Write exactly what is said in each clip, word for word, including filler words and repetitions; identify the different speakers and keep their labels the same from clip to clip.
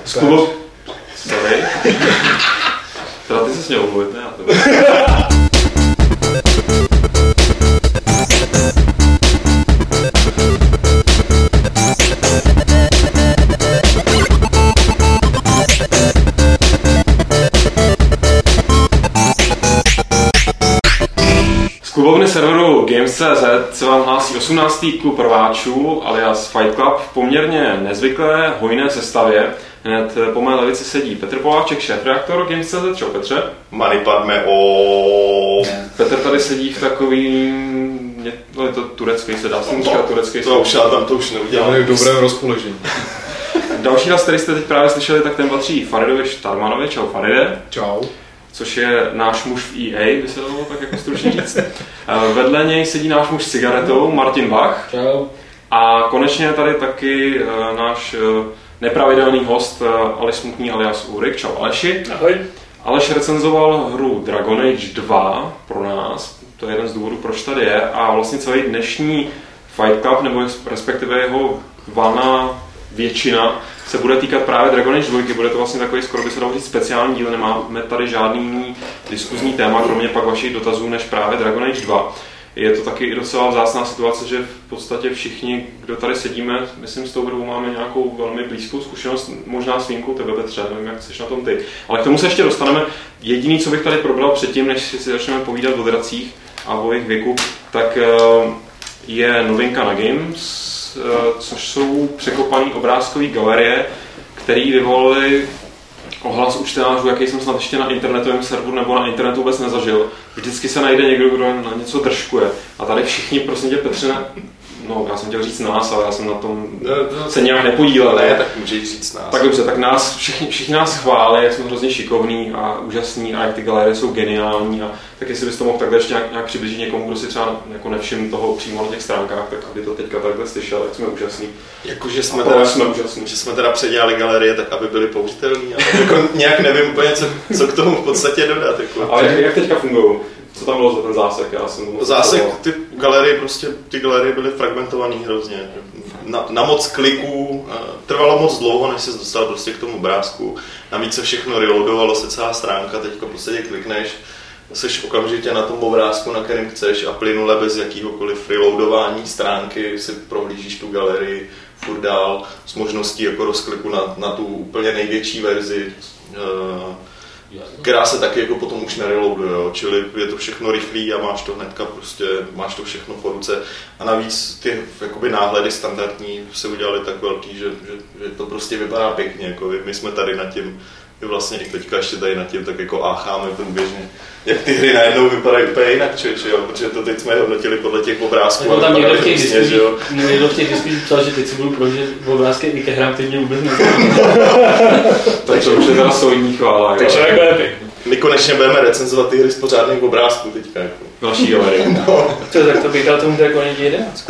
Speaker 1: Sklubo... Sorry. Teda ty se s mě omluvit, ne? Já to Z klubovny serveru Games tečka cé zet se vám hlásí osmnáctý klub rváčů alias Fight Club v poměrně nezvyklé, hojné sestavě. Hned po mé levici sedí Petr Poláček, šéfredaktor Games tečka cé zet. Čau Petře.
Speaker 2: Money padme o.
Speaker 1: Petr tady sedí v takovým, no je to turecký, se dá si říkat turecký.
Speaker 2: To už já tam to už neudělám.
Speaker 3: Ale v dobrém rozpoložení.
Speaker 1: Další hlas, který jste teď právě slyšeli, tak ten patří Faridovi Štarmanovi. Čau Faride.
Speaker 3: Čau.
Speaker 1: Což je náš muž v E A, by se dalo tak jako stručně říct. Vedle něj sedí náš muž s cigaretou, Martin Bach.
Speaker 4: Čau.
Speaker 1: A konečně tady taky uh, náš uh, nepravidelný host uh, Aleš Smutný alias Ulrik. Čau Aleši.
Speaker 4: Ahoj.
Speaker 1: Aleš recenzoval hru Dragon Age dva pro nás, to je jeden z důvodů, proč tady je. A vlastně celý dnešní Fight Club, nebo respektive jeho valná většina, se bude týkat právě Dragon Age dva. Bude to vlastně takový, skoro by se dalo říct, speciální díl. Nemáme tady žádný diskuzní téma, kromě pak vašich dotazů, než právě Dragon Age dva. Je to taky i docela vzácná situace, že v podstatě všichni, kdo tady sedíme, myslím, s tou hrou máme nějakou velmi blízkou zkušenost, možná s výjimkou tebe, Petře, nevím, jak jsi na tom ty. Ale k tomu se ještě dostaneme. Jediný, co bych tady probral předtím, než si začneme povídat o dracích a o jejich věku, tak je novinka na Games, což jsou překopané obrázkové galerie, které vyvolaly ohlas u čtenářů, jaký jsem snad ještě na internetovém serveru nebo na internetu vůbec nezažil. Vždycky se najde někdo, kdo na něco držkuje. A tady všichni, prosím tě, Petře, no já jsem chtěl říct nás, ale já jsem na tom se nějak nepodílel.
Speaker 2: Ne, tak můžeš říct nás.
Speaker 1: Tak dobře, tak nás, všichni, všichni nás chválí, jak jsme hrozně šikovní a úžasní a jak ty galerie jsou geniální. A tak jestli bys to mohl takhle ještě nějak, nějak přiblížit někomu, kdo si třeba jako nevšiml toho přímo na těch stránkách, tak aby to teďka takhle slyšel, jak jsme úžasní.
Speaker 2: Jako, že jsme, teda, jsme úžasní. Že jsme teda předělali galerie tak, aby byly použitelné. Jako, nějak nevím úplně, co, co k tomu v podstatě dodat. Jako.
Speaker 1: Ale jak teďka fungují? Co tam bylo za ten zásek? Já jsem
Speaker 2: zásek, ty galerie prostě, ty galerie byly fragmentovaný hrozně. Na, na moc kliků, trvalo moc dlouho, než se dostal prostě k tomu obrázku. Navíc se všechno reloadovalo, se celá stránka, teďka prostě klikneš, seš okamžitě na tom obrázku, na kterém chceš a plynule bez jakýhokoliv reloadování stránky si prohlížíš tu galerii furt dál s možností jako rozkliku na, na tu úplně největší verzi, která se taky jako potom už nereloaduje, jo. Čili je to všechno rychlý a máš to hnedka prostě, máš to všechno po ruce a navíc ty jakoby náhledy standardní se udělaly tak velký, že, že, že to prostě vypadá pěkně, jako my jsme tady nad tím, my vlastně i teďka ještě tady nad tím tak jako ácháme průběžně, jak ty hry najednou vypadají úplně jinak, či, jo, protože to teď jsme hodnotili podle těch obrázků.
Speaker 4: Jako tam někdo v těch diskuzích, někdo v těch diskuzích psal, že teď si budu prožít obrázky i ke hrám, teď mě vůbec neznám.
Speaker 1: Takže už je teda solidní chvála.
Speaker 4: Takže jako je pěkný.
Speaker 2: My konečně budeme recenzovat ty hry z pořádných obrázků teďka. Jako.
Speaker 1: Další galerie.
Speaker 2: No.
Speaker 4: To, tak to bych dal tomu Dragon Age jedenáct.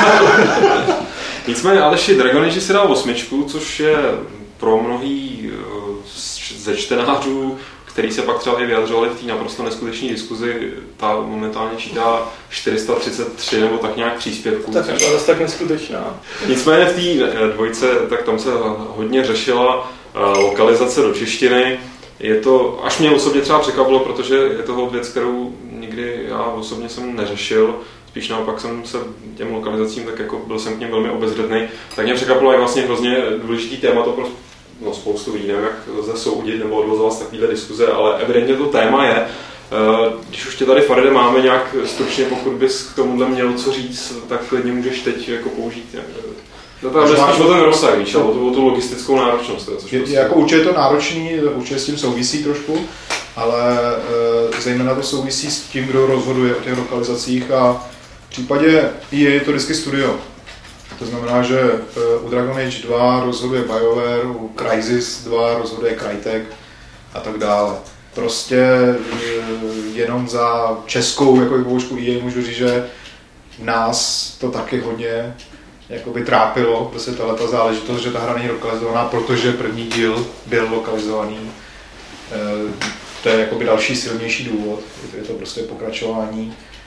Speaker 1: Nicméně Aleši, Dragon Age si dal osmičku, což je pro mnohý ze čtenářů, který se pak třeba i vyjadřovali v té naprosto neskutečné diskuzi, ta momentálně čítá čtyři sta třicet tři nebo tak nějak příspěvků.
Speaker 4: Tak je to zase tak neskutečná.
Speaker 1: Nicméně v té dvojce, tak tam se hodně řešila lokalizace do češtiny. Je to, až mě osobně třeba překvapilo, protože je to věc, kterou nikdy já osobně jsem neřešil. Spíš naopak jsem se těm lokalizacím, tak jako byl jsem k něm velmi obezřetný. Tak mě překvapilo, jak vlastně hrozně důležitý téma to pro no, spoustu lidí, nevím, jak lze soudit nebo odvozovat z takovéhle diskuze, ale evidentně to téma je. Když už tě tady, Faride, máme nějak stručně, pokud bys k tomuhle měl co říct, tak klidně můžeš teď jako použít. No to je spíš o ten rozsah, víš, ale o tu, o tu logistickou náročnost. Což
Speaker 3: je,
Speaker 1: prostě...
Speaker 3: jako určitě je to náročný, určitě s tím souvisí trošku, ale e, zejména to souvisí s tím, kdo rozhoduje o těch lokalizacích a v případě E A je to vždycky studio. To znamená, že e, u Dragon Age dva rozhoduje BioWare, u Crysis dva rozhoduje Crytek a tak dále. Prostě e, jenom za českou jako použku E A můžu říct, že nás to taky hodně jakoby trápilo, prostě tato záležitost, že ta hra není lokalizovaná, protože první díl byl lokalizovaný. E, to je jakoby další silnější důvod, je to prostě pokračování.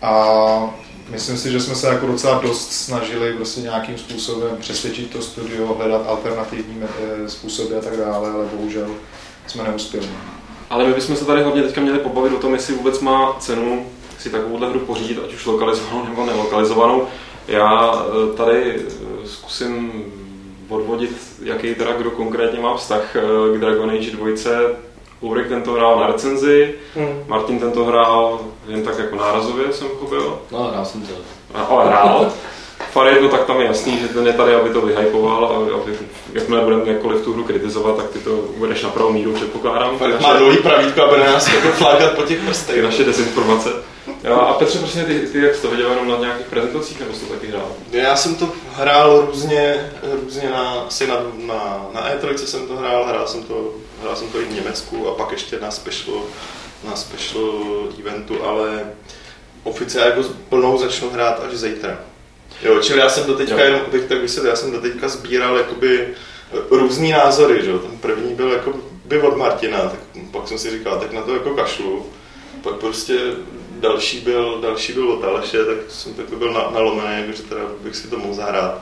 Speaker 3: A myslím si, že jsme se jako docela dost snažili prostě nějakým způsobem přesvědčit to studio, hledat alternativní způsoby a tak dále, ale bohužel jsme neuspěli.
Speaker 1: Ale my bychom se tady hlavně teďka měli pobavit o tom, jestli vůbec má cenu si takovouhle hru pořídit, ať už lokalizovanou nebo nelokalizovanou. Já tady zkusím odvodit, jaký teda kdo konkrétně má vztah k Dragon Age dva. Ulrik tento hrál na recenzi, hmm. Martin tento hrál jen tak jako nárazově, jsem pochopil.
Speaker 4: No, hrál jsem to.
Speaker 1: Ale hrál. Farid, no tak tam je jasný, že ten je tady, aby to vyhypoval a aby, jakmile budeme jakkoliv tu hru kritizovat, tak ty to uvedeš na pravou míru, předpokládám.
Speaker 2: Farid má dlouhý pravítko a bude nás jako flákat po těch prstech.
Speaker 1: Ty naše dezinformace. A Petře, prostě ty, ty jak jsi to viděl jenom na nějakých prezentacích, nebo jsi to taky hrál?
Speaker 2: Já jsem to hrál různě, různě na, asi na, na, na E tři jsem to hrál, hrál jsem to, hrál jsem to i v Německu a pak ještě na special, na special eventu, ale oficiálně jako plnou začnu hrát až zítra. Jo, čili já jsem do teďka, jenom bych tak vysvětlil, já jsem do teďka sbíral jakoby různý názory, že jo. Ten první byl jako by od Martina, tak pak jsem si říkal, tak na to jako kašlu. Pak prostě další byl, další byl od Aleše, tak jsem takový byl na, nalomený, že teda bych si to mohl zahrát.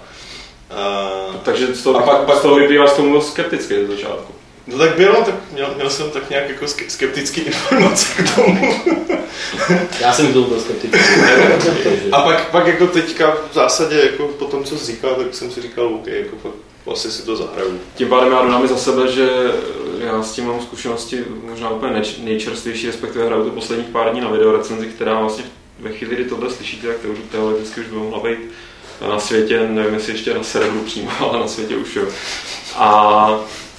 Speaker 1: Uh, Takže z toho, a pak, pak z toho vyplývá z tomu skeptický ze začátku.
Speaker 2: No tak bylo, tak měl, měl jsem tak nějak jako skeptický informace k tomu.
Speaker 4: Já jsem byl skeptický.
Speaker 2: A pak, pak jako teďka v zásadě jako po tom, co jsi říkal, tak jsem si říkal, OK, jako fakt asi si to zahraju.
Speaker 1: Tím pádem já dodám i za sebe, že já s tím mám zkušenosti možná úplně nejčerstvější, respektive hraju to posledních pár dní na videorecenzi, která vlastně ve chvíli, kdy tohle slyšíte, tak teoreticky už by mohla být na světě, nevím jestli ještě na serveru přímo, ale na světě už jo. A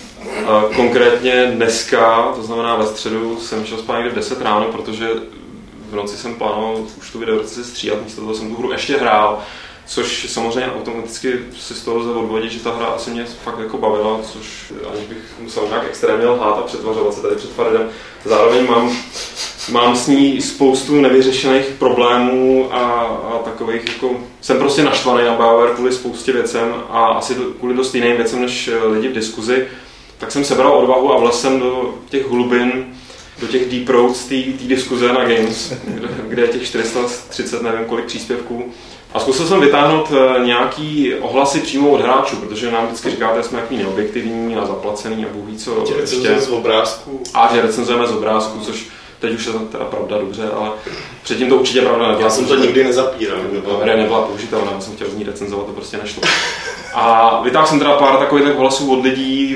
Speaker 1: A konkrétně dneska, to znamená ve středu, jsem šel spát někde v deset ráno, protože v noci jsem plánoval už tu videorecenzi stříhat, místo toho jsem tu hru ještě hrál, což samozřejmě automaticky si z toho lze odvodit, že ta hra asi mě fakt jako bavila, což aniž bych musel nějak extrémně lhát a přetvařovat se tady před Faridem. Zároveň mám, mám s ní spoustu nevyřešených problémů a, a takových jako... Jsem prostě naštvaný na BioWare kvůli spoustě věcem a asi do, kvůli dost jiným věcem než lidi v diskuzi. Tak jsem sebral odvahu a vlez jsem do těch hlubin, do těch deep roads té diskuze na Games, kde, kde je těch čtyři sta třicet, nevím kolik příspěvků. A zkusil jsem vytáhnout nějaký ohlasy přímo od hráčů, protože nám vždycky říkáte, že jsme jaký neobjektivní a zaplacený a Bůh ví co
Speaker 2: ještě. Z obrázků.
Speaker 1: A že recenzujeme z obrázků, což teď už je teda pravda dobře, ale předtím to určitě pravda nebyla.
Speaker 2: Já jsem to nikdy nezapíral.
Speaker 1: Hra nebyla použitelná, já jsem chtěl z ní recenzovat, to prostě nešlo. A vytáhl jsem teda pár takových ohlasů od lidí,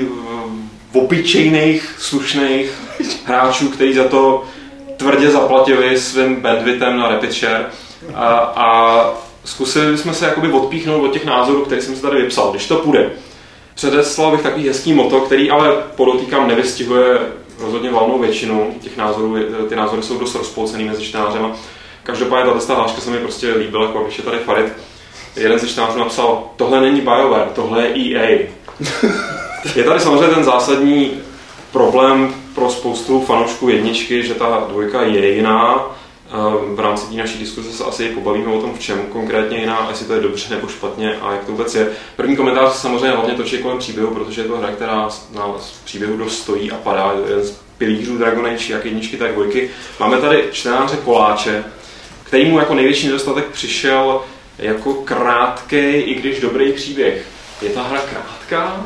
Speaker 1: obyčejných, slušných hráčů, kteří za to tvrdě zaplatili svým bandwidthem na RapidShare a, a zkusili jsme se jakoby odpíchnout od těch názorů, který jsem si tady vypsal, když to půjde. Předeslal bych takový hezký motto, který ale podotýkám nevystihuje rozhodně valnou většinu těch názorů, ty názory jsou dost rozpolcený mezi čtenářema. Každopádně tato hláška se mi prostě líbila, jako když je tady Farid. Jeden ze čtenářů napsal, tohle není BioWare, tohle je E A. Je tady samozřejmě ten zásadní problém pro spoustu fanoušků jedničky, že ta dvojka je jiná. V rámci té naší diskuze se asi pobavíme o tom, v čem konkrétně jiná, jestli to je dobře nebo špatně a jak to vůbec je. První komentář se samozřejmě hlavně točí kolem příběhu, protože je to hra, která na příběhu dost stojí a padá. Je jeden z pilířů Dragon Age, jak jedničky, tak dvojky. Máme tady čtenáře Koláče, kterýmu jako největší nedostatek přišel jako krátký, i když dobrý příběh. Je ta hra krátká?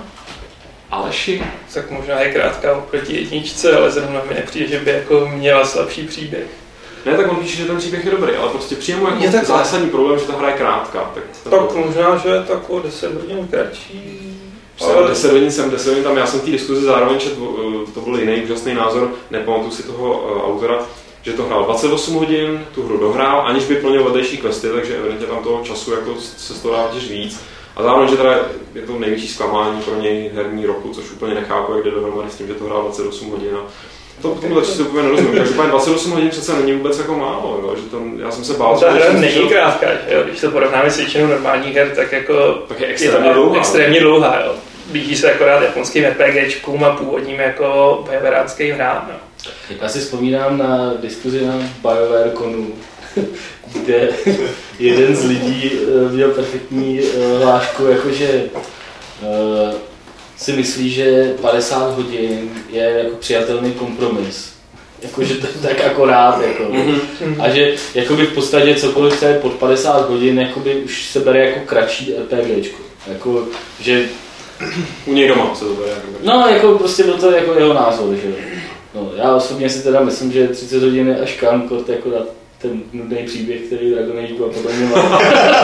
Speaker 1: Aleši?
Speaker 5: Tak možná je krátká oproti jedničce, ale zrovna mi nepřijde, že by jako měla slabší příběh.
Speaker 1: Ne, tak on píše, že ten příběh je dobrý, ale prostě přijemu jako zásadní problém, že ta hra je krátká. Tak,
Speaker 5: tak možná, že je tak o deset hodin kratší.
Speaker 1: Ale... deset hodin jsem, deset hodin tam, já jsem v té diskuzi zároveň čet, to byl jiný úžasný názor, nepamatuju si toho uh, autora, že to hrál dvacet osm hodin, tu hru dohrál, aniž by plnil vedlejší questy, takže evidentně tam toho času jako se z toho dá těž víc. A zároveň, že teda je to největší zklamání pro něj herní roku, což úplně nechápu, jak jde dohromady s tím, že to hrál dvacet osm hodin. To tomuhle si úplně nerozumím, každopádně dvacet osm hodin přece není vůbec jako málo, jo? Že tam, já jsem se bál...
Speaker 5: Ta hra není krátká, jo? Když to porovnáme s většinou normálních her, tak jako
Speaker 1: tak je extrémně je dlouhá.
Speaker 5: Extrémně dlouhá, jo. Blíží se akorát japonským RPGčkům a původním jako BioWareáckým hrám, jo.
Speaker 4: Já si vzpomínám na diskuzi na BioWare Konu, kde jeden z lidí měl perfektní hlášku, jakože si myslí, že padesát hodin je jako přijatelný kompromis jakože to tak akorát, jako. A že jakoby v podstatě cokoliv, co je pod padesát hodin, jakoby už se bere jako kratší RPGčko. Jako, že...
Speaker 1: U něj doma se to bere. Jako.
Speaker 4: No, jako prostě byl to jako jeho názor, že jo. No, já osobně si teda myslím, že třicet hodin je až kankort jako na ten nudný příběh, který Dragon Age a podle mě má.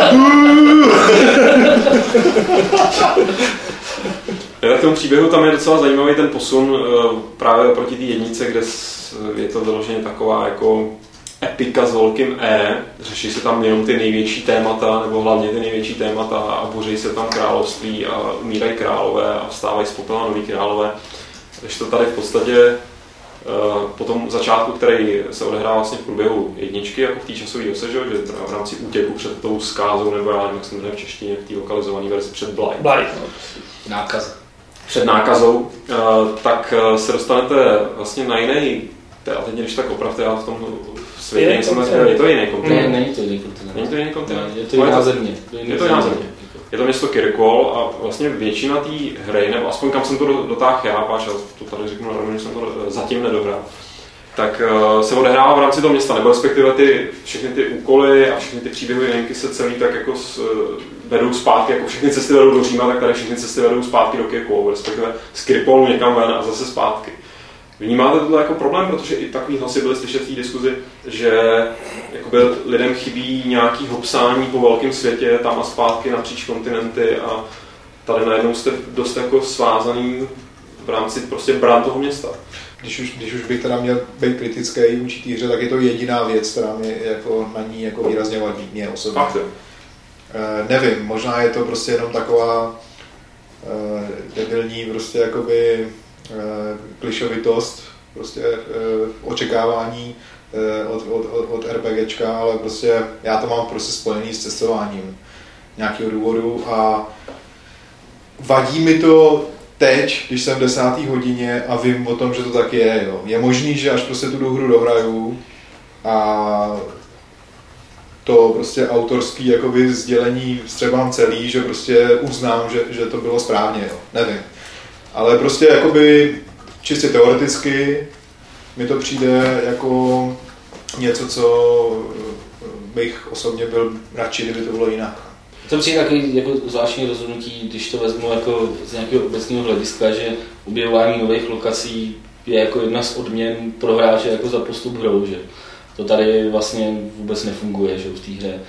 Speaker 1: V tom příběhu tam je docela zajímavý ten posun právě oproti té jednice, kde je to vyloženě taková jako epika s velkým E. Řeší se tam jenom ty největší témata, nebo hlavně ty největší témata a boří se tam království a umírají králové a vstávají z popela noví králové. Když to tady v podstatě po tom začátku, který se odehrává vlastně v průběhu jedničky, jako v té časové ose, že v rámci útěku před tou zkázou, nebo já nevím, jak se jmenuje v češtině, v té lokalizované verzi před Blight.
Speaker 5: Blight, no.
Speaker 4: Nákaza.
Speaker 1: Před nákazou, tak se dostanete vlastně na jiný, a teď když tak opravte, já v tom světě nejsem, je to jiný kontinent.
Speaker 4: Ne, není to jiný kontinent.
Speaker 1: Není to jiný kontinent?
Speaker 4: Je to jiná země.
Speaker 1: Je to jiná země. Je to město Kirkwall a vlastně většina té hry, nebo aspoň kam jsem to dotáhl já, páč, já to tady řeknu na rovinu, že jsem to zatím nedohrál, tak uh, se odehrává v rámci toho města, nebo respektive ty, všechny ty úkoly a všechny ty příběhové linky se celý tak jako s, uh, vedou zpátky, jako všechny cesty vedou do Říma, tak tady všechny cesty vedou zpátky do Kirkwallu, respektive z Kirkwallu někam ven a zase zpátky. Vnímáte tohle jako problém, protože i takový hlasy byly slyšet v té diskuzi, že jakoby lidem chybí nějaký hopsání po velkém světě, tam a zpátky napříč kontinenty a tady najednou jste dost jako svázaný v rámci prostě brán toho města.
Speaker 3: Když už, když už bych teda měl být kritický vůči té hře, tak je to jediná věc, která mě jako na ní jako výrazně vadí, mě osobně.
Speaker 1: Fakt,
Speaker 3: e, nevím, možná je to prostě jenom taková e, debilní prostě jakoby klišovitost, prostě očekávání od, od, od, od RPGčka, ale prostě já to mám prostě spojený s cestováním nějakého důvodu a vadí mi to teď, když jsem v desáté hodině a vím o tom, že to tak je. Jo. Je možný, že až prostě tu hru dohraju a to prostě autorský jakoby sdělení vstřebám celý, že prostě uznám, že, že to bylo správně, jo. Nevím. Ale prostě jakoby čistě teoreticky mi to přijde jako něco, co bych osobně byl radši, kdyby to bylo jinak.
Speaker 4: To přijde takový jako zvláštní rozhodnutí, když to vezmu jako z nějakého obecného hlediska, že objevování nových lokací je jako jedna z odměn pro hráče jako za postup hrou, že to tady vlastně vůbec nefunguje, že v té hře.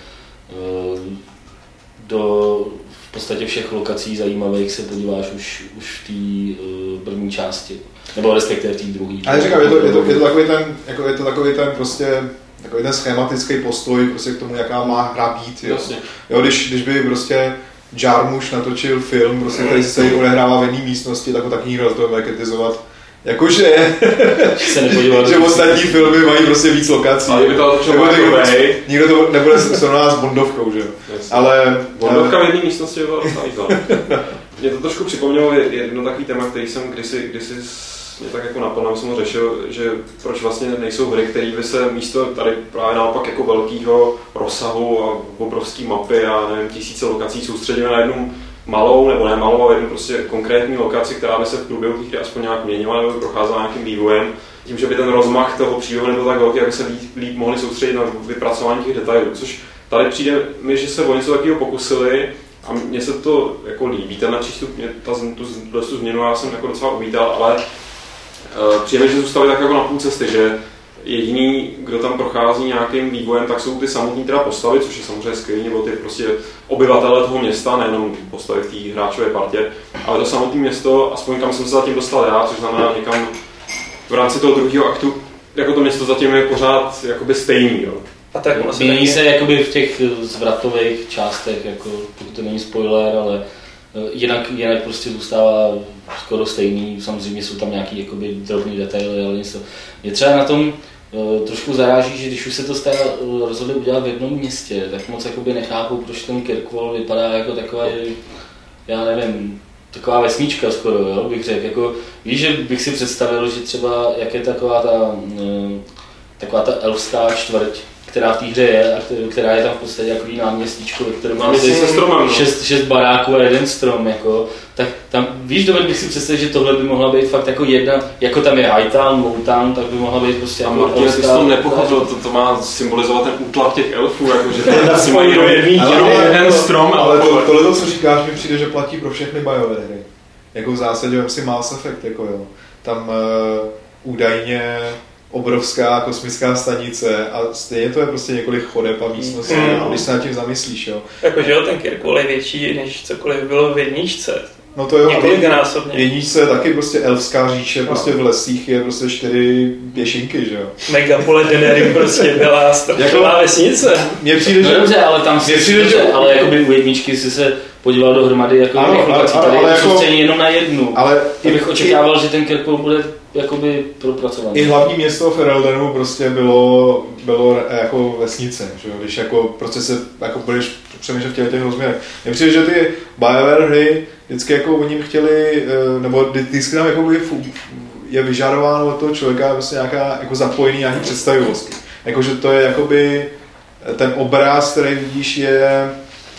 Speaker 4: Do v podstatě všech lokací zajímavých se podíváš už, už v té uh, první části, nebo respektive v té druhé.
Speaker 3: Ale říkám, je to, je to, je to takový ten, jako je to takový ten prostě, takový ten schematický postoj prostě k tomu, jaká má hra být. Jo. Jo, když, když by prostě Jarmusch natočil film, prostě, který se celý odehrává v jedné místnosti, tak ho taky nikdo to bude kritizovat. Jakože, že ostatní filmy mají prostě víc lokací.
Speaker 1: Ale by to
Speaker 3: nebo někdo, nikdo to nebude srovnávat s Bondovkou, že jo.
Speaker 1: Ale Bondovka v jedné místnosti byla docela výzva. Mě to trošku připomnělo jedno takový téma, který jsem kdysi, kdysi mě tak jako napadl, jsem ho řešil, že proč vlastně nejsou hry, které by se místo tady právě naopak jako velkého rozsahu a obrovský mapy a nevím, tisíce lokací soustředíme na jednu malou nebo ne malou, ale jednu prostě konkrétní lokaci, která by se v průběhu těch hry aspoň nějak měnila nebo procházela nějakým vývojem, tím, že by ten rozmach toho příběhu nebyl tak velký, aby se líp, líp mohli soustředit na vypracování těch detailů, což tady přijde mi, že se o něco takového pokusili a mně se to jako líbí, tenhle přístup, mě ta, tu, tu, tu změnu já jsem jako docela uvítal, ale uh, přijde mi, že zůstali tak jako na půl cesty, že jediný, kdo tam prochází nějakým vývojem, tak jsou ty samotné teda postavy, což je samozřejmě skvělý, nebo ty prostě obyvatele toho města, nejenom postavy v té hráčové partě, ale to samotné město, aspoň kam jsem se zatím dostal já, což znamená někam v rámci toho druhého aktu, jako to město zatím je pořád jakoby stejný, jo.
Speaker 5: A tak ono se
Speaker 4: mění se jakoby v těch zvratových částech, jako, pokud to není spoiler, ale jinak, jinak prostě zůstává skoro stejný, samozřejmě jsou tam nějaký jakoby drobný detaily, ale něco. Mě třeba na tom uh, trošku zaráží, že když už se to stále uh, rozhodli udělat v jednom městě, tak moc jakoby nechápu, proč ten Kirkwall vypadá jako taková, já nevím, taková vesnička skoro, jo, bych řekl. Jako, víš, že bych si představil, že třeba jak je taková ta, uh, taková ta elfská čtvrť, která v té hře je a která je tam v podstatě jako náměstíčko, ve kterém má
Speaker 1: se stromem, no.
Speaker 4: šest, šest baráků a jeden strom, jako, tak tam, víš, dovedl bych si představit, že tohle by mohla být fakt jako jedna, jako tam je Hightown, Lowtown, tak by mohla být prostě
Speaker 1: a
Speaker 4: jako
Speaker 1: Martin, ty jsi to nepochopil, to, to má symbolizovat ten útlak těch elfů, jako, že to je symbolizuje jeden strom.
Speaker 3: Ale to, tohle, co říkáš, mi přijde, že platí pro všechny BioWare hry. Jako v zásadě vem si Mass Effect, jako jo. Tam uh, údajně obrovská kosmická stanice a stejně to je prostě několik chodeb a místností, mm. když se nad tím zamyslíš, jo.
Speaker 5: Jakože jo, ten Kirkul je větší, než cokoliv bylo v jedničce.
Speaker 3: No to jo,
Speaker 5: několikanásobně.
Speaker 3: V jedničce je taky prostě elfská říše, no. Prostě v lesích je prostě čtyři pěšinky, že jo.
Speaker 5: Megapole Denerim prostě byla strašná jako, vesnice.
Speaker 3: Mně přijde,
Speaker 4: no
Speaker 3: že...
Speaker 4: dobře, ale tam si
Speaker 3: přijde,
Speaker 4: dobře,
Speaker 3: že...
Speaker 4: ale jakoby u jedničky si se podíval dohromady jako
Speaker 3: ano,
Speaker 4: lokací,
Speaker 3: ale,
Speaker 4: tady
Speaker 3: ale
Speaker 4: je
Speaker 3: jako,
Speaker 4: soustředění jenom na jednu.
Speaker 3: Ale
Speaker 4: to bych očekával, i, že ten Kirkul bude jakoby propracovaný.
Speaker 3: I hlavní město Fereldenů prostě bylo, bylo jako vesnice, že jo? Když jako prostě se jako budeš přemýšlet v těch, těch rozměrech. Mně přijde, že ty BioWare hry vždycky jako oni chtěli, nebo vždycky tam jako je vyžadováno od toho člověka prostě nějaká jako zapojený nějaký představivosti. Jakože to je jakoby ten obraz, který vidíš, je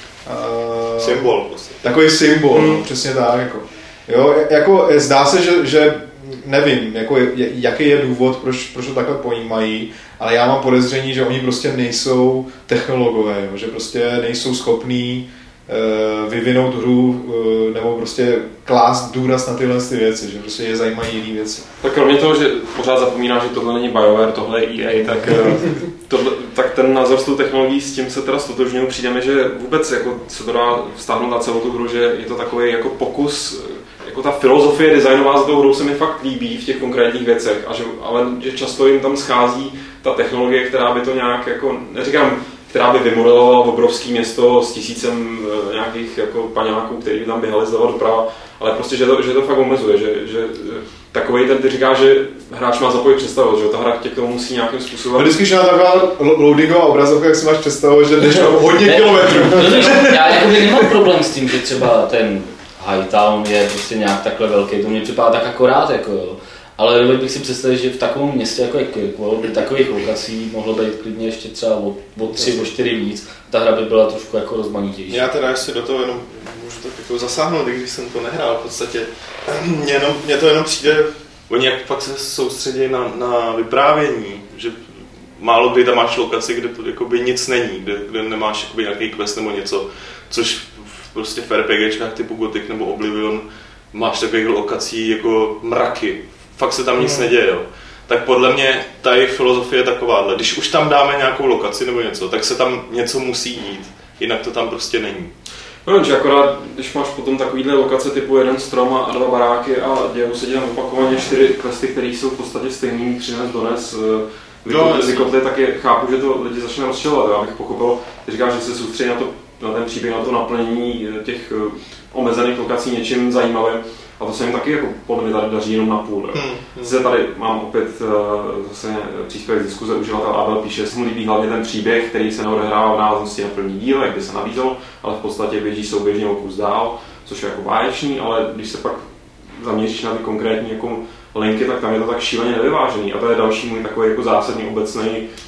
Speaker 2: uh, symbol prostě.
Speaker 3: Takový symbol, hmm. no, přesně tak. Jako. Jo, jako zdá se, že, že nevím, jako, jaký je důvod, proč, proč to takhle pojímají, ale já mám podezření, že oni prostě nejsou technologové, jo, že prostě nejsou schopní uh, vyvinout hru uh, nebo prostě klást důraz na tyhle ty věci, že prostě je zajímají jiné věci.
Speaker 1: Tak kromě toho, že pořád zapomíná, že tohle není BioWare, tohle je E A, tak, tohle, tak ten názor s tou technologií, s tím se teda stotožňuji, přijde mi, že vůbec jako se to dá vztáhnout na celou tu hru, že je to takový jako pokus, jako ta filozofie designová za tou hrou se mi fakt líbí v těch konkrétních věcech, a že, ale že často jim tam schází ta technologie, která by to nějak, jako, neříkám, která by vymodelovala obrovské město s tisícem e, nějakých jako paňáků, který by tam běhali zleva doprava, ale prostě, že to, že to fakt omezuje, že, že takovej ten, ty říká, že hráč má zapojit představovat, že ta hra tě k tomu musí nějakým způsobem...
Speaker 3: No vždycky, když na taková loadingová obrazovka, jak si máš představovat, že jdeš hodně
Speaker 4: ne,
Speaker 3: kilometrů.
Speaker 4: Já jakoby nemám problém s tím, že třeba ten Hightown je prostě nějak takhle velký, to mě připadá tak akorát, jako jo. Ale dovedl bych si představit, že v takovém městě jako je Kirkwall by takových lokací mohlo být klidně ještě třeba o, o tři, o čtyři víc. Ta hra by byla trošku jako rozmanitější.
Speaker 2: Já teda ještě do toho jenom můžu tak jako zasáhnout, když jsem to nehrál v podstatě. Mně, jenom, mně to jenom přijde, oni jak pak se soustředí na, na vyprávění, že málo kdy tam máš lokaci, kde to jakoby nic není, kde, kde nemáš jakoby nějaký quest nebo něco, což prostě v RPGčkách typu Gothic nebo Oblivion máš takových lokací jako mraky. Fakt se tam nic hmm. neděje, jo. Tak podle mě ta jejich filozofie je takováhle. Když už tam dáme nějakou lokaci nebo něco, tak se tam něco musí dít, jinak to tam prostě není.
Speaker 1: No, že akorát, když máš potom takovýhle lokace typu jeden strom a dva baráky a dějou se tam opakovaně čtyři questy, které jsou v podstatě stejný, přines, dones, vykoply, no, tak je, chápu, že to lidi začne rozčilovat. Já bych pochopil, ty říkáš, že se soustředí na, to, na ten příběh, na to naplnění těch omezených lokací něčím zajímavým. A to se jim taky jako podle mě tady daří jenom na půl. Hmm, hmm. Zde tady mám opět uh, zase příspěvek z diskuze, uživatel Abel píše, že se mu líbí hlavně ten příběh, který se neodehrává v návaznosti na první díl, jak by se nabízel, ale v podstatě běží souběžně o kus dál, což je jako báječný, ale když se pak zaměříš na ty konkrétní jako linky, tak tam je to tak šíleně nevyvážený. A to je další můj takový jako zásadní obecný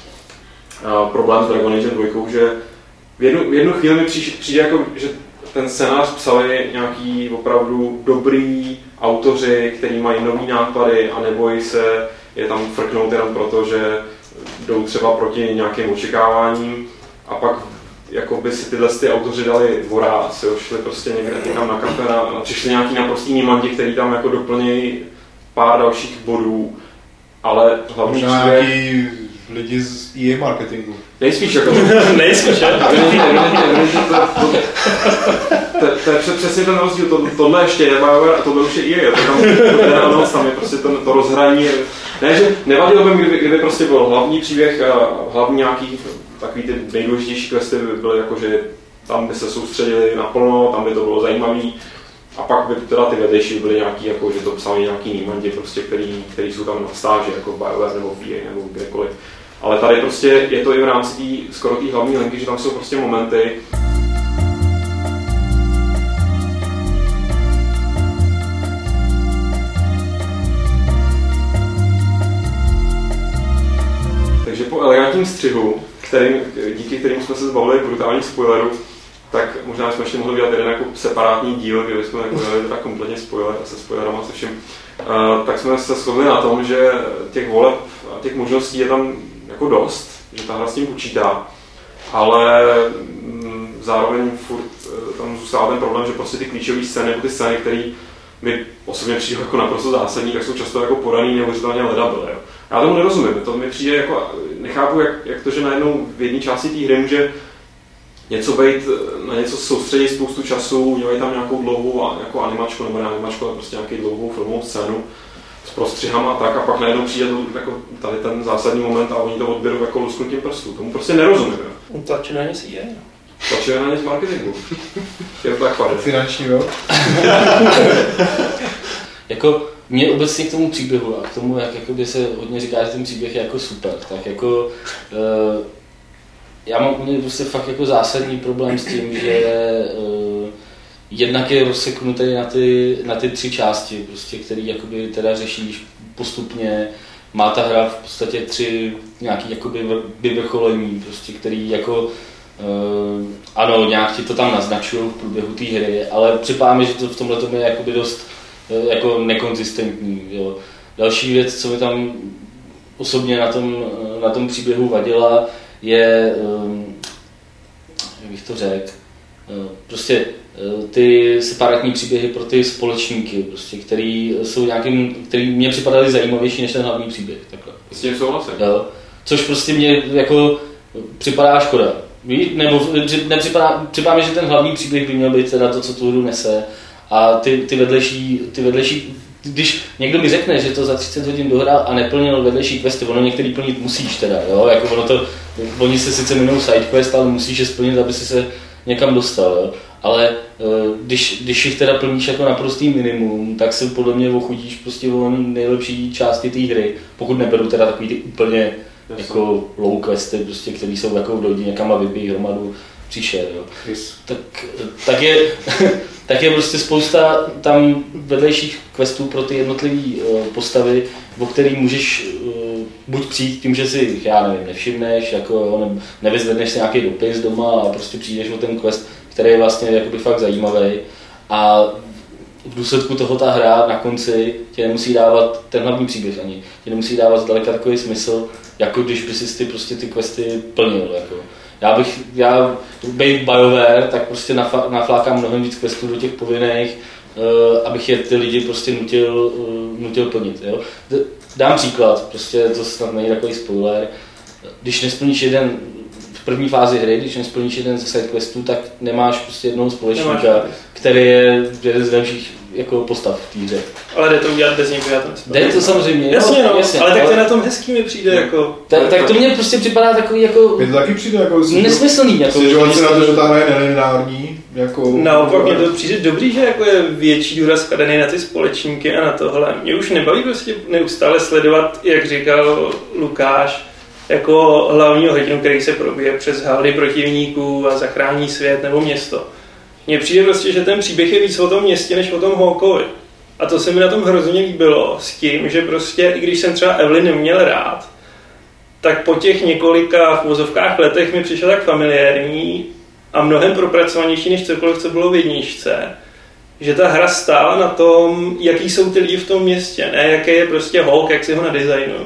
Speaker 1: uh, problém s Dragon Age dva, že v jednu, v jednu chvíli mi přijde, přijde jako, že ten scénář psali nějaký opravdu dobrý autoři, kteří mají nový nápady a nebojí se je tam frknout jenom proto, že jdou třeba proti nějakým očekáváním, a pak jako by si tyhle ty autoři dali voráz, jo, šli prostě někde někam na kafe a, a přišli nějaký naprostý nímandi, který tam jako doplnějí pár dalších bodů, ale hlavní
Speaker 3: příběh... lidi z E A marketingu.
Speaker 1: Nejspíš jako...
Speaker 5: Nejspíš, jo?
Speaker 1: To je přesně ten rozdíl, to, tohle ještě je BioWare a tohle už je E A, to tam, to tam je prostě ten, to rozhraní. Ne, že nevadilo by mi, kdyby, kdyby prostě byl hlavní příběh a hlavní nějaký takový ty nejdůležitější questy by byly jako, že tam by se soustředili naplno, tam by to bylo zajímavý, a pak by teda ty vedlejší byly nějaký, jako, že to psali nějaký nímandi, prostě, který, který jsou tam na stáži, jako v BioWare nebo v E A nebo kdekoliv. Ale tady prostě je to i v rámci tý, skoro té hlavní linky, že tam jsou prostě momenty. Takže po elegantním střihu, kterým, díky kterým jsme se zbavili brutálních spoilerů, tak možná jsme ještě mohli udělat jeden jako separátní díl, kde jsme jako dělali teda kompletně spoiler se spoilerama se vším. Uh, tak jsme se shodli na tom, že těch voleb a těch možností je tam jako dost, že ta hra s tím počítá, ale mm, zároveň furt uh, tam zůstává ten problém, že prostě ty klíčové scény nebo ty scény, které mi osobně přijde jako naprosto zásadní, tak jsou často jako podaný neuvěřitelně ledabyle. Já tomu nerozumím, to mi přijde jako, nechápu, jak, jak to, že najednou v jedné části té hry může něco být, na něco soustředit spoustu času, udělají tam nějakou dlouhou jako animačku, nebo ne animačku, ale prostě nějakou dlouhou filmovou scénu s prostřihama a tak, a pak najednou přijde to, jako tady ten zásadní moment a oni to odběrou jako lusknutím prstů. Tomu prostě nerozumím.
Speaker 5: Tlačí na ně C I A.
Speaker 1: Tlačí na ně z marketingu. Je to tak pade.
Speaker 3: Finanční, jo?
Speaker 4: Jako mě obecně k tomu příběhu a k tomu, jak jakoby se hodně říká, že ten příběh je jako super, tak jako uh, já mám u něj prostě fakt jako zásadní problém s tím, že uh, jednak je rozseknutý na ty, na ty tři části, prostě, který jakoby teda řešíš postupně. Má ta hra v podstatě tři nějaký jakoby vyvrcholení, prostě, který jako uh, ano, nějak ti to tam naznačují v průběhu té hry, ale připadá mi, že to v tomhle tom je jakoby dost uh, jako nekonzistentní. Jo. Další věc, co mi tam osobně na tom, na tom příběhu vadila, je, um, jak bych to řekl, uh, prostě uh, ty separátní příběhy pro ty společníky, prostě, který jsou nějakým, který mě připadaly zajímavější než ten hlavní příběh. Takhle.
Speaker 1: S tím souhlasím.
Speaker 4: Jo. Což prostě mě jako připadá škoda. Nebo nepřipadá, připadá mi, že ten hlavní příběh by měl být teda to, co tu hru nese. A ty, ty vedlejší, ty vedlejší, když někdo mi řekne, že to za třicet hodin dohrál a neplnil vedlejší questy, ono některý plnit musíš teda, jo, jako ono to, oni se sice minou sidequest, ale musíš je splnit, aby si se někam dostal, jo. Ale když, když jich teda plníš jako naprostý minimum, tak se podle mě ochudíš prostě o nejlepší části té hry, pokud neberu teda takový ty úplně jako low questy, prostě, které jsou jako dojdi někam a vybíjí hromadu příšer, jo.
Speaker 3: Yes.
Speaker 4: Tak, tak, je, tak je prostě spousta tam vedlejších questů pro ty jednotlivé uh, postavy, o který můžeš uh, buď přijít tím, že si, já nevím, nevšimneš, jako, ne, nevyzvedneš si nějaký dopis doma a prostě přijdeš o ten quest, který je vlastně jakoby fakt zajímavý. A v důsledku toho ta hra na konci tě nemusí dávat ten hlavní příběh ani, tě nemusí dávat zdaleka takový smysl, jako když by si ty, prostě ty questy plnil. Jako. Já bych, já být BioWare, tak prostě naflákám mnohem víc questů do těch povinných, uh, abych je ty lidi prostě nutil, uh, nutil plnit. Jo? Dám příklad, prostě to snad není takový spoiler. Když nesplníš jeden v první fázi hry, když nesplníš jeden ze side questů, tak nemáš prostě jednoho společníka, který je jeden z dalších jako postav v té hře.
Speaker 5: Ale jde to udělat bez někoho, já to nesmím.
Speaker 4: Jde to samozřejmě,
Speaker 5: jasně, no, jasně, ale tak to na tom hezký mi přijde, no. Jako...
Speaker 4: Ta, tak to mně prostě připadá takový jako...
Speaker 3: Mně to taky přijde jako...
Speaker 4: Nesmyslný, jako...
Speaker 3: Stěžovat si na to, že ta hra je nelineární, jako...
Speaker 5: Naopak mně to přijde dobrý, že jako je větší důraz kladený na ty společníky a na tohle. Mě už nebaví prostě neustále sledovat, jak říkal Lukáš, jako hlavního hrdinu, který se probije přes haldy protivníků a zachrání svět nebo město. Mně přijde prostě, že ten příběh je víc o tom městě, než o tom Hawkovi. A to se mi na tom hrozně líbilo s tím, že prostě, i když jsem třeba Evelyn neměl rád, tak po těch několika v uvozovkách letech mi přišel tak familiární a mnohem propracovanější, než cokoliv, co bylo v jedničce. Že ta hra stála na tom, jaký jsou ty lidi v tom městě, ne jaký je prostě Hawk, jak si ho nadizajnují.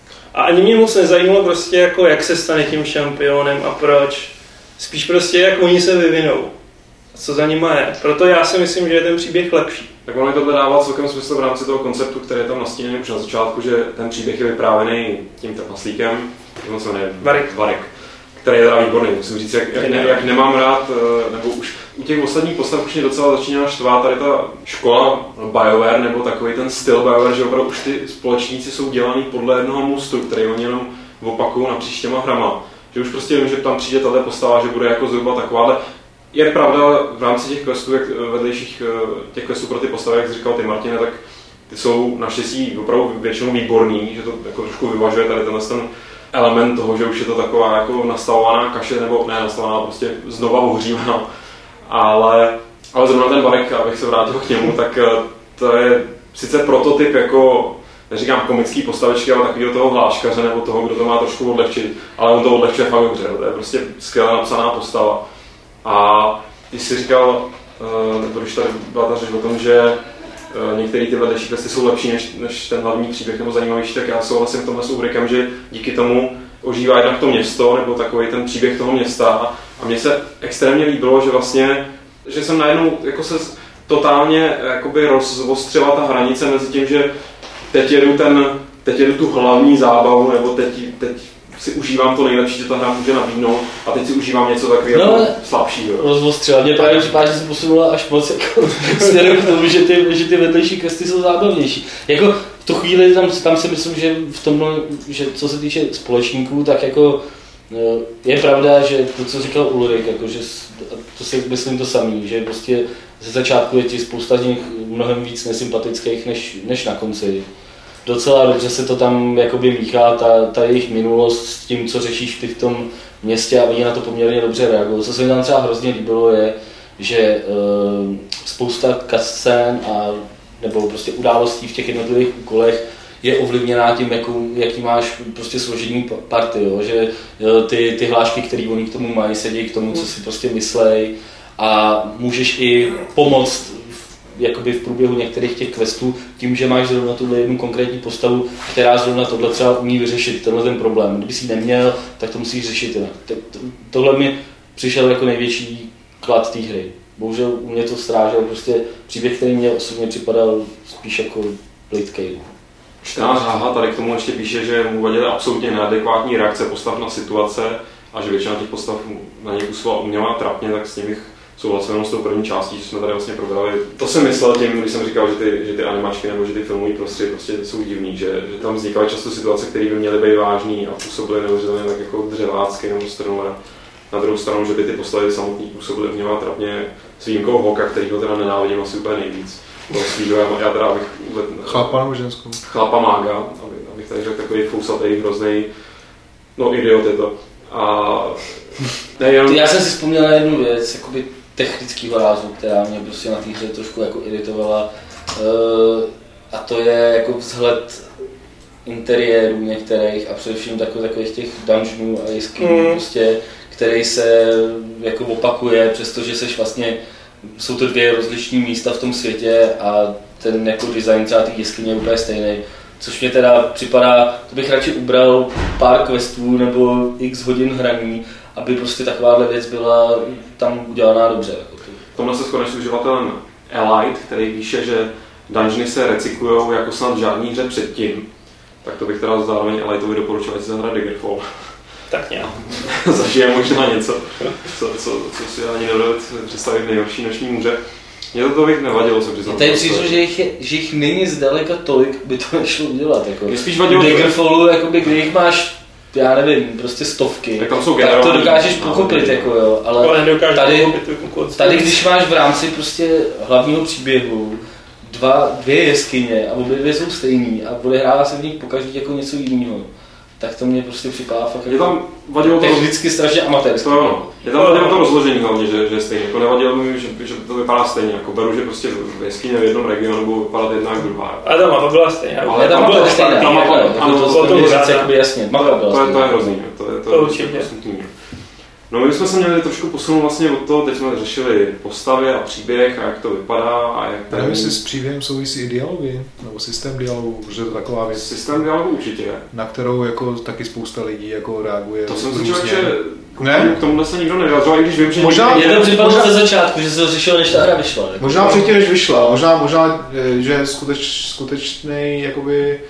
Speaker 5: A ani mě moc nezajímalo prostě, jako, jak se stane tím šampionem a proč. Spíš prostě, jak oni se vyvinou. Co za nima je. Proto já si myslím, že je ten příběh lepší.
Speaker 1: Tak ono to dává celkem smysl v rámci toho konceptu, který je tam nastíněný už na začátku, že ten příběh je vyprávěný tím trpaslíkem, no co ne,
Speaker 5: Varek.
Speaker 1: Varek, který je teda výborný. Musím říct, jak, jak, ne, jak nemám rád, nebo už u těch ostatních postav už mě docela začíná štvát tady ta škola BioWare, nebo takový ten styl BioWare, že opravdu už ty společníci jsou dělaný podle jednoho mustru, který oni jenom opakují napříč těma hrama. Že už prostě vím, že tam přijde tato postava, že bude jako zhruba taková, ale je pravda, v rámci těch questů, jak vedlejších těch questů pro ty postavy, jak jsi říkal ty, Martine, tak ty jsou naštěstí opravdu většinou výborný, že to jako trošku vyvažuje tady tenhle ten element toho, že už je to taková jako nastavovaná kaše, nebo ne nastavovaná, prostě znova ohřívaná. Ale, ale zrovna ten Varek, abych se vrátil k němu, tak to je sice prototyp jako neříkám komický postavičky, ale takového toho hláškaře nebo toho, kdo to má trošku odlehčit, ale on to odlehčuje fakt dobře, to je prostě skvěle napsaná postava. A když jsi říkal, nebo když tady byla ta řeč o tom, že některé ty vedlejší questy jsou lepší než, než ten hlavní příběh nebo zajímavější, tak já souhlasím v tomhle s Ulrikem, že díky tomu ožívá jednak to město nebo takový ten příběh toho města. A mně se extrémně líbilo, že vlastně, že jsem najednou jako se totálně jakoby rozostřila ta hranice mezi tím, že teď jedu, ten, teď jedu tu hlavní zábavu, nebo teď, teď si užívám to nejlepší, co ta hra může nabídnout, a teď si užívám něco takového
Speaker 4: no,
Speaker 1: jako slabšího.
Speaker 4: Rozostřela. Mně právě připadá, že se posunula až moc jako směrem k tomu, že ty, že ty vedlejší questy jsou zábavnější. Jako v tu chvíli tam, tam si myslím, že v tomhle, že co se týče společníků, tak jako je pravda, že to, co říkal Ulrik, jako, že to si myslím to samý, že prostě ze začátku je ti spousta z nich mnohem víc nesympatických než, než na konci. Docela dobře se to tam jakoby míchá, ta, ta jejich minulost s tím, co řešíš ty v tom městě, a oni na to poměrně dobře reagují. Co se mi tam třeba hrozně líbilo je, že uh, spousta cutscén a nebo prostě událostí v těch jednotlivých úkolech je ovlivněná tím, jakou, jaký máš prostě složení party, jo? Že ty, ty hlášky, které oni k tomu mají, sedí k tomu, co si prostě myslej, a můžeš i pomoct jakoby v průběhu některých těch questů tím, že máš zrovna tuhle jednu konkrétní postavu, která zrovna tohle třeba umí vyřešit, tenhle ten problém. Kdyby jsi ji neměl, tak to musíš řešit jinak. Tohle mi přišel jako největší klad té hry. Bohužel u mě to strážel prostě příběh, který mě osobně připadal spíš jako Blade Cave.
Speaker 1: čtrnáct H tady k tomu ještě píše, že mu vadily absolutně neadekvátní reakce postav na situace a že většina těch postav na ně působila umělá trapně, tak s tím bych souhlasil jenom s tou první částí, co jsme tady vlastně probrali. To jsem myslel tím, když jsem říkal, že ty, že ty animačky nebo že ty filmové prostředí prostě jsou divný, že, že tam vznikaly často situace, které by měly být vážný a působily neuvěřitelně tak jako dřevácky nebo strnulé. Na druhou stranu, že by ty postavy samotný působily umělá trapně, s výjimkou Hoka, který ho teda nenávidím asi úplně nejvíc. Toho svýho, já teda abych uvedl...
Speaker 3: Chlapa nebo ženskou?
Speaker 1: Chlapa mága, abych, abych tady řekl takový fousatý, hroznej, no idiot je to. A... Ne, jenom...
Speaker 4: Já jsem si vzpomněl na jednu věc, jakoby technického rázu, která mě prostě na té hře trošku jako iritovala. Uh, a to je jako vzhled interiérů některých a především takových, takových těch dungeonů a jeskyní, mm. prostě, který se jako opakuje, přestože seš vlastně, jsou to dvě rozličné místa v tom světě a ten jako design třeba těch jeskyní je úplně stejný. Což mě teda připadá, to bych radši ubral pár questů nebo x hodin hraní, aby prostě takováhle věc byla tam udělaná dobře.
Speaker 1: V tomhle se shodneš s uživatelem Elite, který píše, že dungeony se recyklujou jako snad v žádný hře předtím. Tak to bych teda zároveň Eliteovi doporučil, ať si zahrát Daggerfall.
Speaker 5: Tak nějak.
Speaker 1: Zažije možná něco, co, co, co si ani nedovedu představit nejhorší noční můře. Mně to bych nevadilo, se přiznám.
Speaker 4: Tady přijdu, že jich, je, že jich není zdaleka tolik, by to nešlo udělat. Jako.
Speaker 1: Mě spíš vadilo,
Speaker 4: v Daggerfallu, jakoby, kdy jich máš, já nevím, prostě stovky,
Speaker 1: tak, tam jsou
Speaker 4: tak to dokážeš pochopit, no, jako jo, ale, ale tady, tady, když máš v rámci prostě hlavního příběhu dva, dvě jeskyně a obě dvě jsou stejný a odehrává se v nich pokaždý jako něco jiného, tak to mě prostě připadá fakt
Speaker 1: je tam vadilo
Speaker 4: technicky strašně amatérský.
Speaker 1: To ano. Je tam vadilo to rozložení hlavně, že, že je stejný. Jako nevadilo mi, že, že to vypadá stejně. Jako beru, že prostě v jeskyně v jednom regionu budou vypadat jedna jak druhá.
Speaker 5: A ta mapa byla stejná.
Speaker 4: Ale ta mapa byla stejná. Ta mapa, ano, to to říct jakoby jasně. Mapa byla
Speaker 1: stejná. To je hrozný. To je to určitě. No my jsme se měli trošku posunout vlastně od toho, teď jsme řešili postavy a příběh a jak to vypadá a jak
Speaker 3: ten... Nevím, jestli s příběhem souvisí i dialogy, nebo systém dialogů, protože to je taková věc.
Speaker 1: Systém dialogů určitě.
Speaker 3: Na kterou jako taky spousta lidí jako reaguje.
Speaker 1: To jsem si člověk, že ne? K tomuhle se nikdo nevyjadřoval, i když vím, že...
Speaker 4: Možná, je to připadlo ze začátku, že se to řešilo, než ta hra vyšla. Jako.
Speaker 3: Možná předtím, než vyšla, možná, možná že skuteč, skutečný jakoby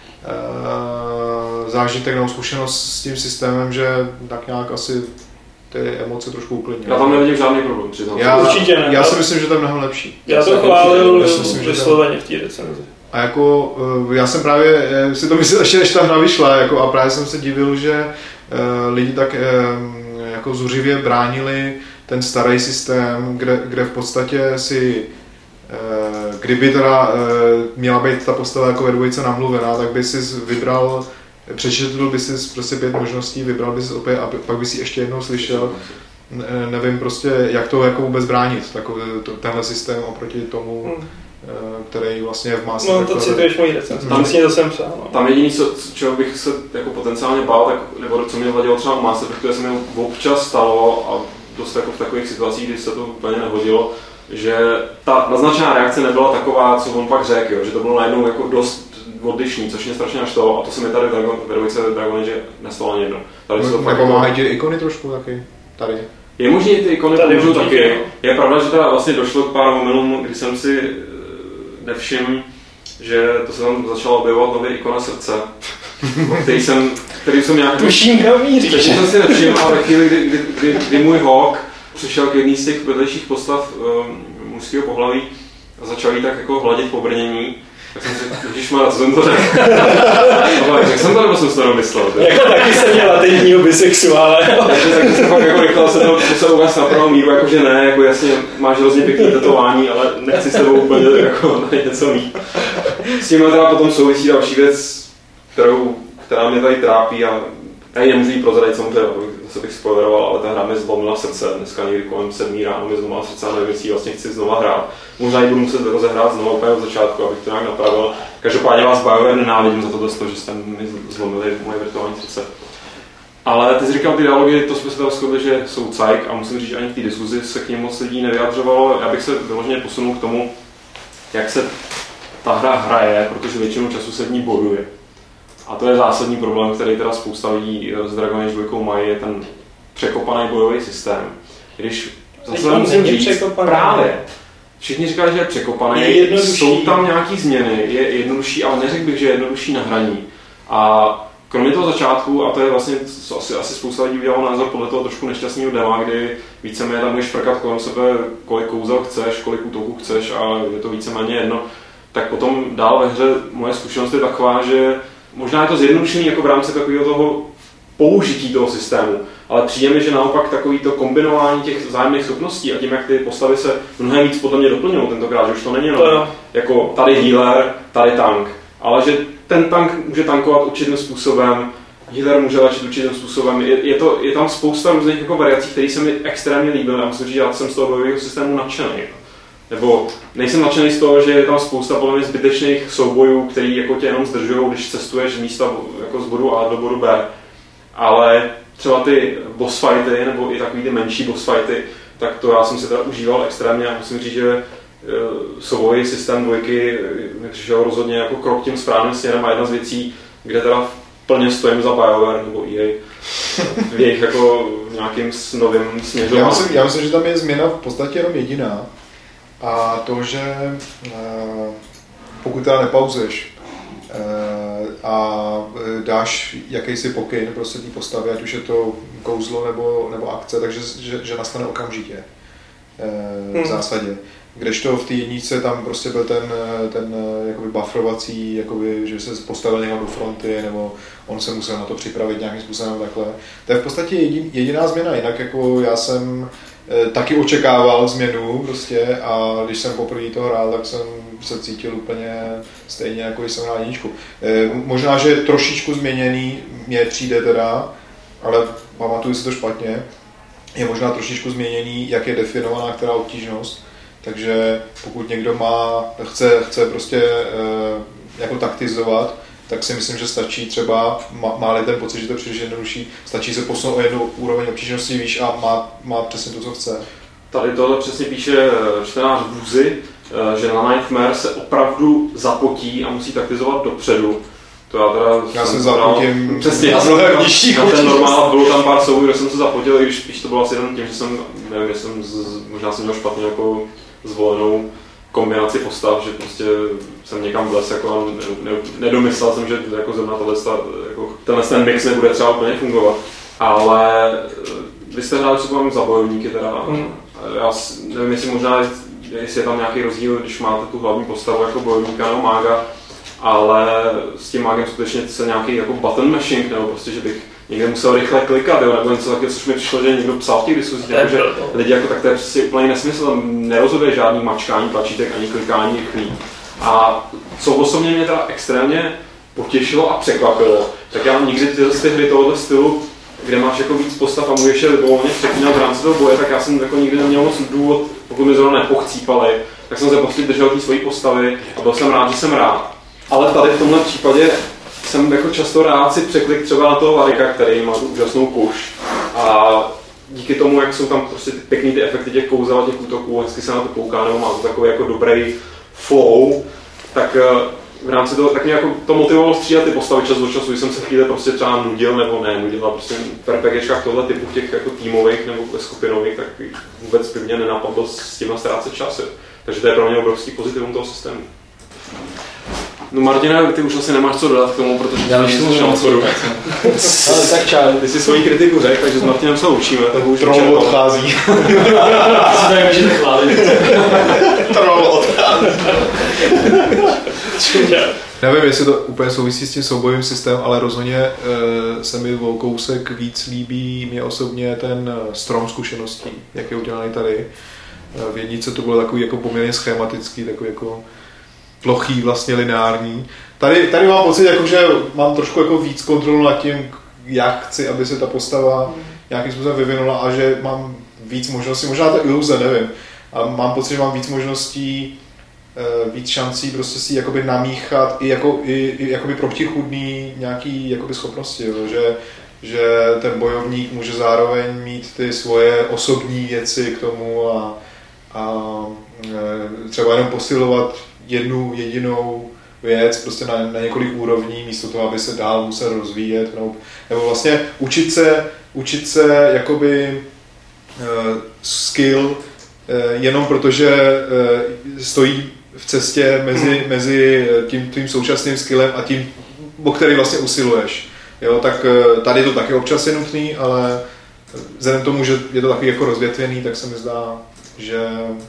Speaker 3: uh, zážitek nebo zkušenost s tím systémem, že tak nějak asi ty emoce trošku uklidnily.
Speaker 1: Já tam nevidím žádný problém, přiznám.
Speaker 3: Já,
Speaker 5: určitě ne.
Speaker 3: Já si myslím, že to je mnohem lepší.
Speaker 5: Já to chválil vysloveně v té recenzi.
Speaker 3: A jako, já jsem právě si to myslel ještě, než ta hra vyšla, jako, a právě jsem se divil, že uh, lidi tak uh, jako zuřivě bránili ten starý systém, kde, kde v podstatě si, uh, kdyby teda uh, měla být ta postava jako ve dvojce namluvená, tak by si vybral, přečetl by si prostě pět možností, vybral by si opět a pak by si ještě jednou slyšel. Nevím prostě, jak to jako vůbec bránit, takový, to, tenhle systém oproti tomu, který vlastně je v Mass
Speaker 5: No
Speaker 3: Effectu.
Speaker 5: to cituješ mojí recenzi, tam vlastně to jsem psal. No.
Speaker 1: Tam jediný, co, čeho bych se jako potenciálně bál, tak, nebo co mě vadilo třeba u Mass Effectu, se mi občas stalo a dost jako v takových situacích, kdy se to úplně nehodilo, že ta naznačená reakce nebyla taková, co on pak řekl, jo, že to bylo najednou jako dost odlišný, což mě strašně naštalo a to se mi tady ve dvojce Dragon Age nestalo ani jedno.
Speaker 3: Nepomáhají ti ikony trošku taky tady?
Speaker 1: Je možné, ty ikony pomůžou taky. Je pravda, že teda vlastně došlo k pár omylům, kdy jsem si nevšiml, že to se tam začalo objevovat nový ikona srdce, který jsem, který jsem nějak...
Speaker 5: Tuším, kam míříš.
Speaker 1: Takže jsem si nevšiml, ale ve chvíli, kdy, kdy, kdy, kdy můj Hawk přišel k jedný z těch vedlejších postav um, mužského pohlaví a začal jí tak jako hladit po brnění, tak jsem řekl, ježišmarja, co jsem to řekl? Ale jak jsem to, nebo jsem si to domyslel?
Speaker 5: Jako taky jsem měl latentního bisexuále.
Speaker 1: Takže tak jsem pak jako rychle se to musel uvést na pravou míru, jakože ne, jako jasně máš hrozně pěkný tetování, ale nechci s tebou úplně jako na něco mít. S tímhle teda potom souvisí další věc, kterou, která mě tady trápí a já ji nemůžu jí prozradit samozřejmě, zase bych spoileroval, ale ta hra mi zlomila srdce. Dneska někdy kolem sedmý ráno mi zlomila srdce a nevím, jestli vlastně chci znova hrát. Možná ji budu muset rozehrát znova úplně od začátku, abych to nějak napravil. Každopádně vás BioWare nenávidím za to dost, že jste mi zlomili moje virtuální srdce. Ale ty jsi říkal ty dialogy, to jsme se tam shodli, že jsou cajk a musím říct, že ani v té diskuzi se k němu moc lidí nevyjadřovalo. Já bych se vyloženě posunul k tomu, jak se ta hra hraje, protože většinu času se v ní bojuje. A to je zásadní problém, který teda spousta lidí s Dragon Age dva mají, je ten překopaný bojový systém. Když zase musím říct, překopaný. Právě. Všichni říkají, že je překopaný, je jsou tam nějaký změny, je jednodušší, ale neřekl bych, že je jednodušší na hraní. A kromě toho začátku, a to je vlastně, co asi, asi spousta lidí udělalo názor podle toho trošku nešťastného dema, kdy víceméně tam můžeš frkat kolem sebe, kolik kouzel chceš, kolik útoků chceš a je to víceméně jedno, tak potom dál ve hře moje zkušenost je taková, že možná je to zjednodušený jako v rámci takového toho použití toho systému, ale přijde mi, že naopak takový to kombinování těch vzájemných schopností a tím, jak ty postavy se mnohem víc podle mě doplňují tentokrát, že už to není jenom jako tady healer, tady tank, ale že ten tank může tankovat určitým způsobem, healer může léčit určitým způsobem, je, je, to, je tam spousta různých jako variací, které se mi extrémně líbily a musím říct, že já jsem z toho bojového systému nadšený. Nebo nejsem nadšený z toho, že je tam spousta podle mě zbytečných soubojů, který jako tě jenom zdržují, když cestuješ z místa jako z bodu A do bodu B. Ale třeba ty boss fighty, nebo i takový ty menší boss fighty, tak to já jsem si teda užíval extrémně a musím říct, že soubojový systém dvojky mi přišel rozhodně jako krok tím správným směrem a jedna z věcí, kde teda plně stojím za BioWare nebo E A v jejich jako nějakým novým směřováním.
Speaker 3: Já myslím, já myslím, že tam je změna v podstatě jenom jediná. A to, že pokud teda nepauzuješ a dáš jakýsi pokyn prostě té postavy, ať už je to kouzlo nebo, nebo akce, takže že, že nastane okamžitě v zásadě. Kdežto v té jedničce tam prostě byl ten, ten jakoby bufferovací, jakoby, že se postavil někam do fronty, nebo on se musel na to připravit nějakým způsobem takhle. To je v podstatě jedin, jediná změna, jinak jako já jsem taky očekával změnu prostě a když jsem poprvé to hrál, tak jsem se cítil úplně stejně, jako když jsem hrál jedničku. Možná, že trošičku změněný mě přijde teda, ale pamatuju si to špatně, je možná trošičku změněný, jak je definovaná která obtížnost. Takže pokud někdo má, chce, chce prostě jako taktizovat, tak si myslím, že stačí třeba, má-li ten pocit, že to je příliš jednodušší, stačí se posunout o jednu úroveň obtížnosti výš a má, má přesně to, co chce.
Speaker 1: Tady tohle přesně píše čtenář Vůzy, že na Nightmare se opravdu zapotí a musí taktizovat dopředu. To já teda
Speaker 3: já jsem zapotím
Speaker 1: přesně, já jsem na ten normál, bylo tam pár soubojů, kde jsem se zapotil, i když spíš to bylo asi jenom tím, že jsem, nevím, že jsem z, možná jsem měl špatně jako zvolenou kombinaci postav, že prostě jsem někam vles jako a ne, ne, nedomyslel jsem, že jako zrovna tohle, jako, tenhle ten mix nebude třeba úplně fungovat. Ale vy jste hráli třeba za bojovníky teda, hmm. já nevím, jestli možná, jestli je tam nějaký rozdíl, když máte tu hlavní postavu jako bojovníka nebo mága, ale s tím mágem skutečně se nějaký jako button mashing, nebo prostě, že bych někde musel rychle klikat, jo, nebo něco takového, což mi přišlo, že někdo psal v těch diskuzích, jako, že lidi jako tak to je prostě úplně nesmysl, tam nerozhoduje žádný mačkání tlačítek ani klikání rychlý. A co osobně mě teda extrémně potěšilo a překvapilo, tak já nikdy ty hry tohoto stylu, kde máš jako víc postav a můžeš je volně přepínat v rámci toho boje, tak já jsem jako nikdy neměl moc důvod, pokud mi zrovna nepochcípali, tak jsem se prostě držel té svojí postavy a byl jsem rád, že jsem rád. Ale tady v tomhle případě jsem jako často rád si překlik třeba na toho Varika, který má tu úžasnou push. A díky tomu, jak jsou tam prostě ty pěkný ty efekty těch kouzel a těch útoků, hezky se na to kouká, nebo má to takový jako dobrý flow, tak v rámci toho, tak mě jako to motivovalo střídat ty postavy čas do času, když jsem se chvíli prostě třeba nudil, nebo ne, nudil, a prostě v RPGčkách tohle typu těch jako týmových nebo skupinových, tak vůbec by mě nenapadlo s tím ztrácet časy. Takže to je pro mě obrovský pozitivum toho systému. No Martina, ty už asi nemáš co dodat k tomu, protože
Speaker 4: já už jsem šel co dodat. Ale tak čau.
Speaker 1: Ty si svoji kritiku řekl, takže s Martinem se učíme.
Speaker 3: Troll odchází.
Speaker 4: Ty si tady můžete chválit.
Speaker 3: Troll odchází. Nevím, jestli to úplně souvisí s tím soubojovým systémem, ale rozhodně e, se mi o kousek víc líbí mě osobně ten strom zkušeností, jak je udělaný tady. V jedničce to bylo takový jako poměrně schematický, takový jako plochý, vlastně lineární. Tady, tady mám pocit, jako, že mám trošku jako víc kontrolu nad tím, jak chci, aby se ta postava nějakým způsobem vyvinula a že mám víc možností, možná to iluze, nevím. A mám pocit, že mám víc možností, víc šancí prostě si jakoby namíchat i, jako, i, i jakoby protichůdný nějaký jakoby schopnosti, jo? Že, že ten bojovník může zároveň mít ty svoje osobní věci k tomu a, a třeba jenom posilovat jednu jedinou věc prostě na, na několik úrovní, místo toho, aby se dál musel rozvíjet, nebo, nebo vlastně učit se, učit se jakoby uh, skill uh, jenom protože uh, stojí v cestě mezi, mezi tím tvým současným skillem a tím, o který vlastně usiluješ. Jo, tak uh, tady to taky občas je nutný, ale vzhledem k tomu, že je to taky jako rozvětvený, tak se mi zdá, že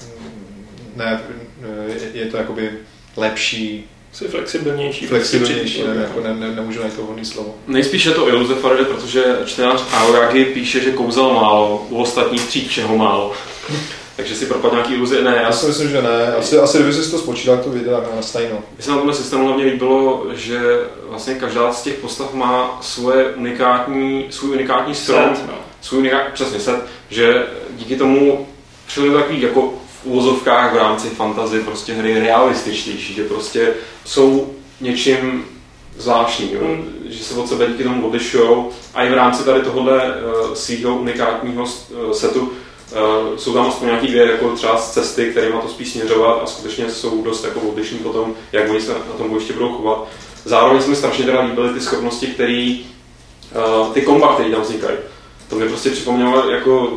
Speaker 3: ne, je to jakoby lepší,
Speaker 5: jsi flexibilnější.
Speaker 3: Flexibilnější, ne, jako ne, ne, nemůžu najít to vhodný slovo.
Speaker 1: Nejspíš je to iluze, Faride, protože čtenář Aoyagi píše, že kouzel málo, u ostatních tříd všeho málo. Takže si propad nějaký iluze, ne.
Speaker 3: Já si myslím, že ne. Asi, asi kdyby si to spočítal, to viděl tak na stejno.
Speaker 1: Mně se na tomhle systému hlavně líbilo, že vlastně každá z těch postav má svoje unikátní, svůj unikátní strom,
Speaker 5: set, no.
Speaker 1: svůj unikátní, přesně set, že díky tomu přišli takový jako v úvozovkách v rámci fantasy prostě hry realističtější, že prostě jsou něčím zvláštní, jo? Mm. Že se od sebe díky tomu odlišujou a i v rámci tady tohohle uh, svého unikátního uh, setu uh, jsou tam aspoň nějaký dvě jako třeba cesty, které má to spíš směřovat a skutečně jsou dost jako odlišní potom, jak oni se na tom bojiště budou chovat. Zároveň se mi strašně teda líbily ty schopnosti, které, uh, ty komba, které tam vznikají. To mi prostě připomnělo jako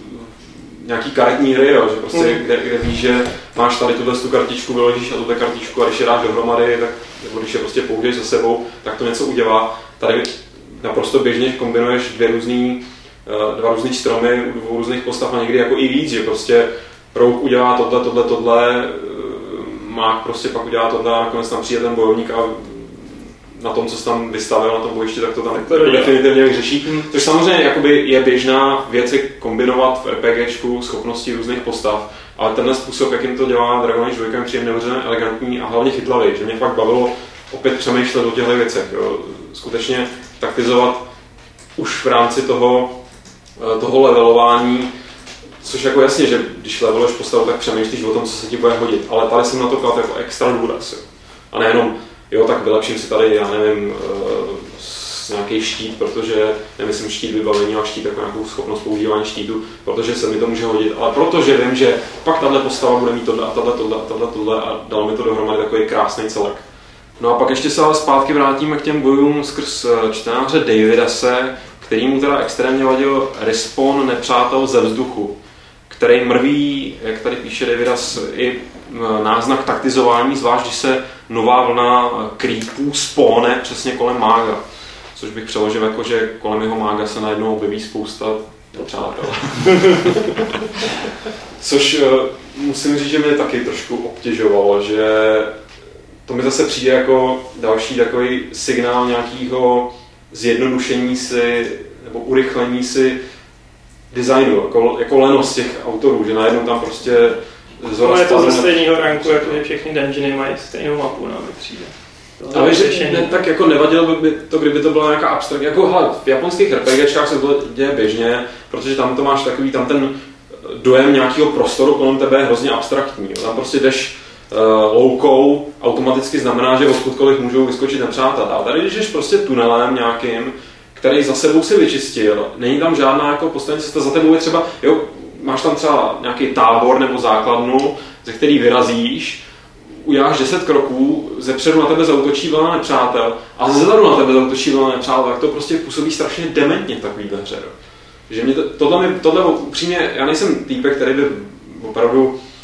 Speaker 1: nějaký karetní hry, jo, že prostě, mm. kde, kde víš, že máš tady tuhle tu kartičku, vyložíš a tuhle kartičku a když je dáš dohromady, tak, nebo když je prostě použiješ za sebou, tak to něco udělá. Tady naprosto běžně kombinuješ dvě různý, dva různý stromy u dvou různých postav a někdy jako i víc, že prostě rouk udělá tohle, tohle, tohle, mák prostě pak udělá tohle a nakonec tam přijde ten bojovník a na tom, co jsi tam vystavil na tom bojišti, tak to tam to definitivně vyřeší. Hmm. Což samozřejmě jakoby je běžná věc kombinovat v RPGčku schopnosti různých postav, ale tenhle způsob, jak jim to dělá Dragon Age dva, mi přijde neuvěřeně elegantní a hlavně chytlavý, že mě fakt bavilo opět přemýšlet o těchto věcech. Jo. Skutečně taktizovat už v rámci toho, toho levelování, což jako jasně, že když leveluješ postavu, tak přemýšlíš o tom, co se ti bude hodit, ale tady jsem na to klad jako extra důraz. Jo. A nejenom jo, tak vylepším si tady, já nevím, nějaký štít, protože nemyslím štít vybavení a štít jako nějakou schopnost používání štítu, protože se mi to může hodit, ale protože vím, že pak tahle postava bude mít tohle a tahle, tohle a tahle, tohle a dal mi to dohromady takový krásný celek. No a pak ještě se ale zpátky vrátíme k těm bojům skrz čtenáře Davidase, který mu teda extrémně vadil respawn nepřátel ze vzduchu, který mrví, jak tady píše Davidas, i náznak taktizování, zvlášť když se nová vlna creepů spawne přesně kolem mága. Což bych přeložil jako, že kolem jeho mága se najednou objeví spousta nepřátel. Což musím říct, že mě taky trošku obtěžovalo, že to mi zase přijde jako další takový signál nějakého zjednodušení si nebo urychlení si designu, jako, jako lenost těch autorů, že najednou tam prostě
Speaker 5: ale je to ze stejného ranku, jako že všechny dungeony mají stejnou mapu, no, mi přijde.
Speaker 1: A víš, ne, tak jako nevadilo by to, kdyby to byla nějaká abstraktní, jako hele, v japonských RPGčkách se to děje běžně, protože tam to máš takový, tam ten dojem nějakého prostoru kolem tebe je hrozně abstraktní. Tam prostě jdeš uh, loukou, automaticky znamená, že odkudkoliv můžou vyskočit nepřátelé. A tady když jdeš prostě tunelem nějakým, který za sebou si vyčistil, není tam žádná jako poslední cesta, za tebou je třeba, jo, máš tam třeba nějaký tábor nebo základnu, ze který vyrazíš, uděláš deset kroků, zepředu na tebe zaútočí vlna nepřátel a zezadu na tebe zaútočí vlna nepřátel, tak to prostě působí strašně dementně v takovýhle hře. Že mě to, tohle, mi, tohle upřímně, já nejsem týpek, který by opravdu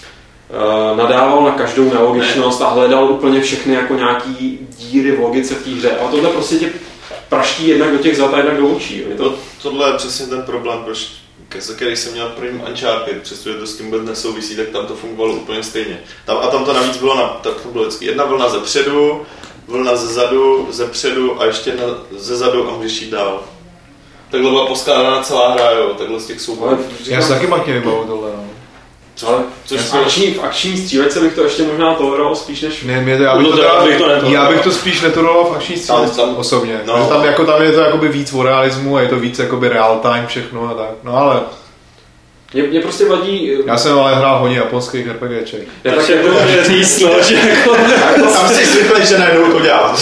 Speaker 1: uh, nadával na každou nelogičnost a hledal úplně všechny jako nějaký díry v logice v té hře, ale tohle prostě tě praští jednak do těch zad a jednak do očí.
Speaker 2: To, tohle je přesně ten problém, proč který jsem měl prvním Uncharted, přestože to s tím vůbec nesouvisí, tak tam to fungovalo úplně stejně. Tam, a tam to navíc bylo, na, tak to bylo vždycky jedna vlna ze předu, vlna ze zadu, ze předu a ještě jedna ze zadu a můžeš jít dál. Takhle byla poskládaná celá hra, jo, takhle z těch souborů.
Speaker 3: Já se taky matně vybavu tohle, no.
Speaker 1: Ale což v akční, v akční střílece bych to ještě možná toleroval spíš než...
Speaker 3: Ne, mě to, já, bych to, teda, bych to já bych to spíš netoleroval v akční střílece osobně. No. Tam, jako, tam je to jakoby víc o realismu a je to víc jakoby real time všechno a tak. No ale...
Speaker 1: Mě, mě prostě vadí...
Speaker 3: Já jsem ale hrál hodně japonských RPGček.
Speaker 5: Já tak jako říct, no, že jako...
Speaker 2: Tam si zvykli, že najednou to dělá.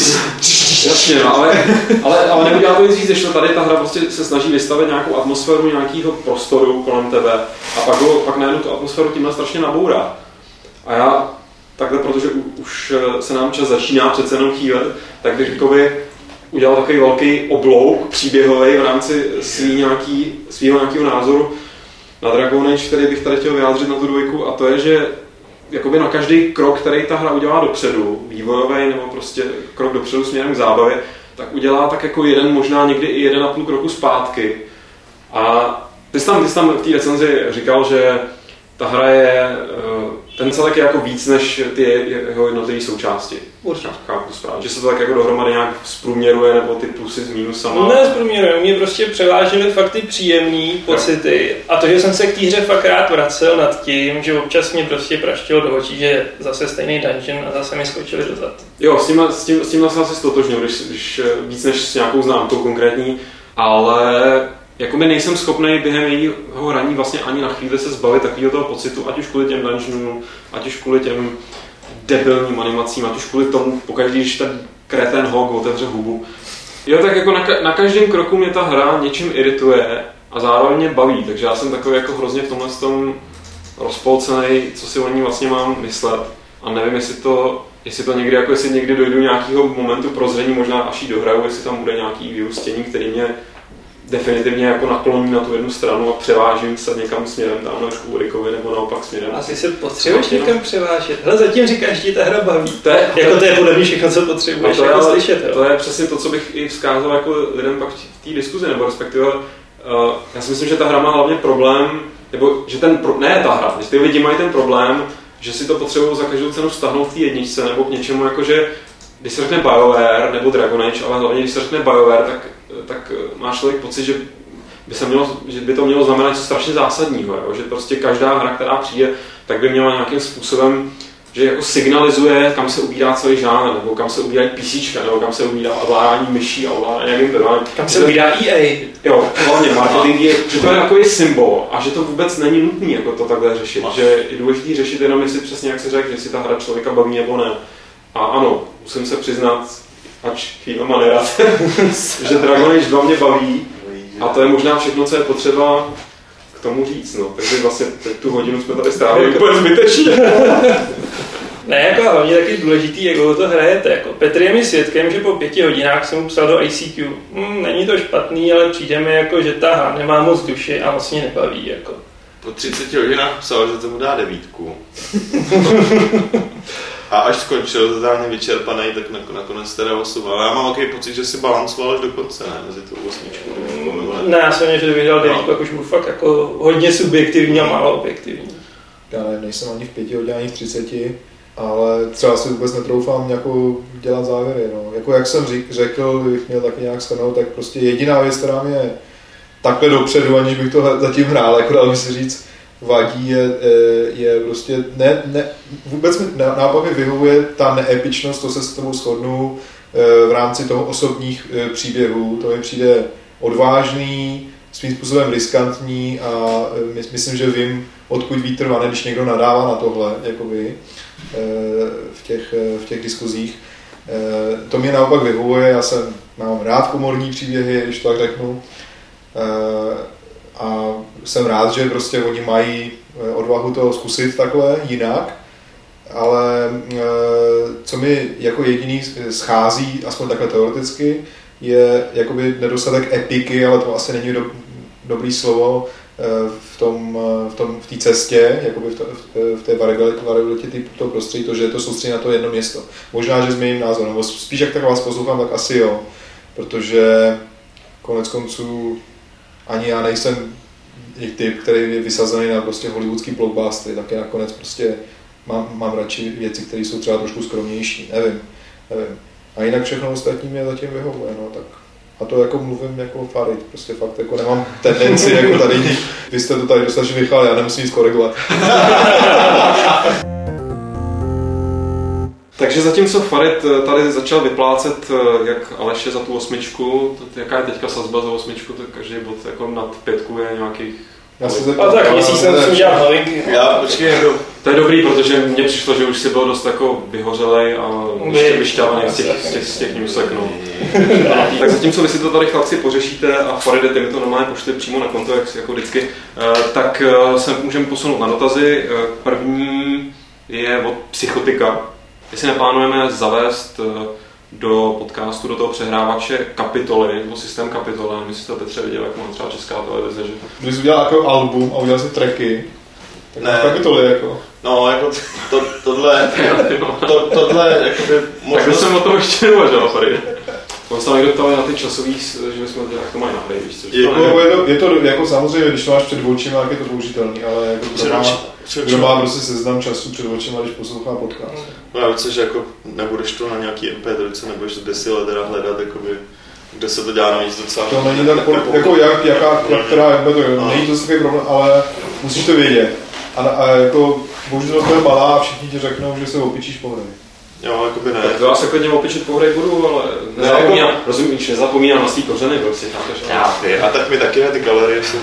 Speaker 1: Jasně, no, ale, ale, ale neudělá to nic víc, že tady ta hra prostě se snaží vystavit nějakou atmosféru nějakého prostoru kolem tebe a pak, ho, pak najednou tu atmosféru tímhle strašně nabourá. A já takhle, protože už se nám čas začíná přece jenom chýlet, tak bych Rikovi udělal takový velký oblouk příběhový v rámci svý nějaký, svýho nějakého názoru na Dragon Age, který bych tady chtěl vyjádřit na tu dvojku, a to je, že jakoby na každý krok, který ta hra udělá dopředu, vývojový nebo prostě krok dopředu směrem k zábavě, tak udělá tak jako jeden, možná někdy i jeden a půl kroku zpátky. A ty jsi tam, ty jsi tam v té recenzi říkal, že ta hra je, ten celek je jako víc než ty jeho jednotlivé součásti.
Speaker 5: Určitě.
Speaker 1: Chápu správně, že se to tak jako dohromady nějak zprůměruje, nebo ty plusy s mínusama.
Speaker 5: Ne zprůměruje, mě prostě převážily fakt ty příjemný pocity a to, že jsem se k té hře fakt rád vracel nad tím, že občas mě prostě praštilo do očí, že zase stejný dungeon a zase mi skočili do zad.
Speaker 1: Jo, s tím, s tím, s tím se asi stotožňuji, když, když víc než s nějakou známkou konkrétní, ale jakoby nejsem schopný během jejího hraní vlastně ani na chvíli se zbavit takového toho pocitu, ať už kvůli těm dungeonům, ať už kvůli těm debilním animacím, ať už kvůli tomu, pokaždé, když ten kretén Hog otevře hubu. Jo, tak jako na, ka- na každém kroku mě ta hra něčím irituje a zároveň mě baví, takže já jsem takový jako hrozně v tomhle tom rozpolcený, co si o ní vlastně mám myslet. A nevím, jestli to, jestli to někdy, jako jestli někdy dojdu nějakého momentu prozření, možná až jí dohraju, jestli tam bude nějaký vyústění, který mě definitivně jako nakloní na tu jednu stranu a převážím se někam směrem tam na Rikovi nebo naopak směrem.
Speaker 5: Asi se potřebuješ někam převážet. Hele, zatím říkáš, že ta hra baví.
Speaker 1: To je,
Speaker 5: jako to je podle mě všechno, co potřebuješ
Speaker 1: to je,
Speaker 5: jako slyšet. Jo?
Speaker 1: To je přesně to, co bych i vzkázal jako lidem pak v té diskuzi, nebo respektive uh, já si myslím, že ta hra má hlavně problém, nebo že ten, pro, ne ta hra, že ty lidi mají ten problém, že si to potřebují za každou cenu vztahnout v té jedničce nebo k něčemu, jakože když se řekne BioWare nebo Dragon Age, ale hlavně když se řekne BioWare, tak, tak má člověk pocit, že by, se mělo, že by to mělo znamenat něco strašně zásadního, jo? Že prostě každá hra, která přijde, tak by měla nějakým způsobem, že jako signalizuje, kam se ubírá celý žánr, nebo kam se ubírají PCčka, nebo kam se ubírá ovládání myší a ovládání nějakým pedálem.
Speaker 5: Kam se ubírá E A.
Speaker 1: Jo, hlavně marketing je, že to je takový symbol a že to vůbec není nutné jako to takhle řešit. Že je důležité řešit jenom, jestli přesně jak se řekl, jestli ta hra člověka baví nebo ne. A ano, musím se přiznat, ač chvílema nerad, že Dragon Age dva mě baví a to je možná všechno, co je potřeba k tomu říct. No. Takže vlastně tu hodinu jsme tady strávili úplně zbytečně.
Speaker 5: Ne, jako hlavně taky důležitý, jak ho to hrajete. Jako Petr je mi svědkem, že po pěti hodinách jsem mu psal do I C Q. Hm, není to špatný, ale přijde mi jako, že ta hra nemá moc duši a moc mě nebaví. Jako.
Speaker 2: Po třiceti hodinách psal, že tomu dá devítku. A až skončil totálně vyčerpaný, tak nakonec teda osm. Ale já mám takový pocit, že si balancoval až do konce, ne? Mezi tu osmičku.
Speaker 5: Ne, já jsem měl, že vydal devítku, jak už byl fakt jako hodně subjektivní a málo objektivní.
Speaker 3: Já ne, nejsem ani v pěti hodinách, v třiceti, ale třeba si vůbec netroufám nějakou dělat závěry. No. Jako jak jsem řík, řekl, bych měl taky nějak shrnout, tak prostě jediná věc, která mě takhle dopředu, aniž bych to zatím hrál, jako dal by si říct, vadí, je, je prostě, ne, ne, vůbec mi naopak mi vyhovuje ta neepičnost, to se s tebou shodnu v rámci toho osobních příběhů, to mi přijde odvážný, svým způsobem riskantní a my, myslím, že vím, odkud vítr vane, když někdo nadává na tohle, jakoby, v těch, v těch diskuzích. To mě naopak vyhovuje, já jsem, mám rád komorní příběhy, když to tak řeknu. A jsem rád, že prostě oni mají odvahu to zkusit takhle jinak, ale co mi jako jediný schází, aspoň takhle teoreticky, je jakoby nedostatek epiky, ale to asi není do, dobrý slovo v tom, v tom, v té cestě, jakoby v, to, v té variabilitě toho prostředí, to, že je to soustředí na to jedno město. Možná, že změním názor, nebo spíš jak tak vás poslouchám, tak asi jo, protože konec konců ani já nejsem typ, který je vysazený na prostě hollywoodský blockbustery, tak já nakonec prostě mám, mám radši věci, které jsou třeba trošku skromnější, nevím, nevím. A jinak všechno ostatní mě zatím vyhovuje, no tak. A to jako mluvím jako Farid, prostě fakt jako nemám tendenci jako tady, vy jste to tady dostatečně vychali, já nemusím nic korigovat.
Speaker 1: Takže zatímco Farid tady začal vyplácet, jak Aleše za tu osmičku, jaká je teďka sazba za osmičku, tak každý bod jako nad pětku je nějakých...
Speaker 3: Já se zeptám,
Speaker 5: a tak jestli jsem musím dělat novinky.
Speaker 2: Já počkej, jdu.
Speaker 1: To je dobrý, protože mně přišlo, že už si byl dost jako vyhořelej a ještě vyšťávaný z těch, z těch, z těch newsek, no. Tak zatímco vy si to tady chlapci pořešíte a Faride, ty mi to normálně pošli přímo na konto, jak, jako vždycky, tak se můžeme posunout na dotazy. První je od Psychotika. Jestli neplánujeme zavést do podcastu, do toho přehrávače kapitoly, nebo systém kapitoly, my si to Petře viděl, jak má třeba Česká televize, že?
Speaker 3: Když jsi udělal jako album a udělal si tracky, tak ne. Kapitoly jako.
Speaker 2: No, jako to, tohle, to, tohle, jakoby
Speaker 1: možnost... Tak jsem o tom ještě neuvažoval, Farid. On se někdo ptal na ty časový, že bychom to, jak to mají nahrát, víš co?
Speaker 3: Jako, je, to, je to jako samozřejmě, když to máš před očima, tak je to použitelný, ale jako kdo má, kdo má prostě seznam času před očima, když poslouchá podcast.
Speaker 2: No já víc, že jako nebudeš to na nějaký em pé tři, nebudeš to desiledera hledat, jakoby, kde se to dělá navíc docela.
Speaker 3: To není tak, jako jak, jaká, jak, která em pé tři, no. Není to takový problém, ale musíš to vědět. A, a jako, bohužel to je malá a všichni ti řeknou, že se opičíš po hry.
Speaker 2: Jo, jakoby ne.
Speaker 1: Tak to já se klidně opičit po hry budu, ale nezapomínám, ne, jako... rozumíš, nezapomínám na svý kořeny, prostě, chápeš?
Speaker 2: A tak mi taky ne, ty galerie jsou...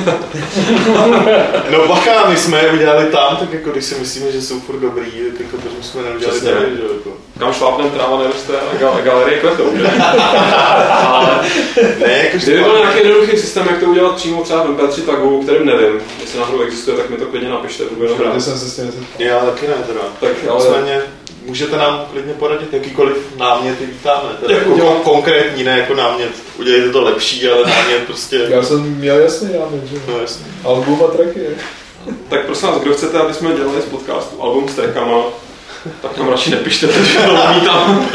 Speaker 2: No bacha, my jsme je udělali tam, tak jako když si myslíme, že jsou furt dobrý, tak jako protože jsme neudělali tady, že jako...
Speaker 1: Kam šlápnem tráva neroste a gal- galerie kvetou, že? Ale...
Speaker 2: Ne, jako
Speaker 1: kdyby byl nějaký jednoduchý systém, jak to udělat přímo třeba v em pé tři tagu, kterým nevím, jestli náhodou existuje, tak mi to klidně napište, budu jenom rád.
Speaker 3: jsem se s tím...
Speaker 2: Já taky ne teda.
Speaker 1: Tak ale...
Speaker 2: Nicméně, můžete nám klidně poradit jakýkoliv náměty vítáme, teda jako kon- konkrétní, ne jako námět, udělejte to lepší, ale námět prostě...
Speaker 3: Já jsem měl jasný námět, že?
Speaker 2: No jasný.
Speaker 3: Album a tracky.
Speaker 1: Tak prosím vás, kdo chcete, aby jsme dělali z podcastu album s trackama, tak nám radši nepište, protože to odmítám.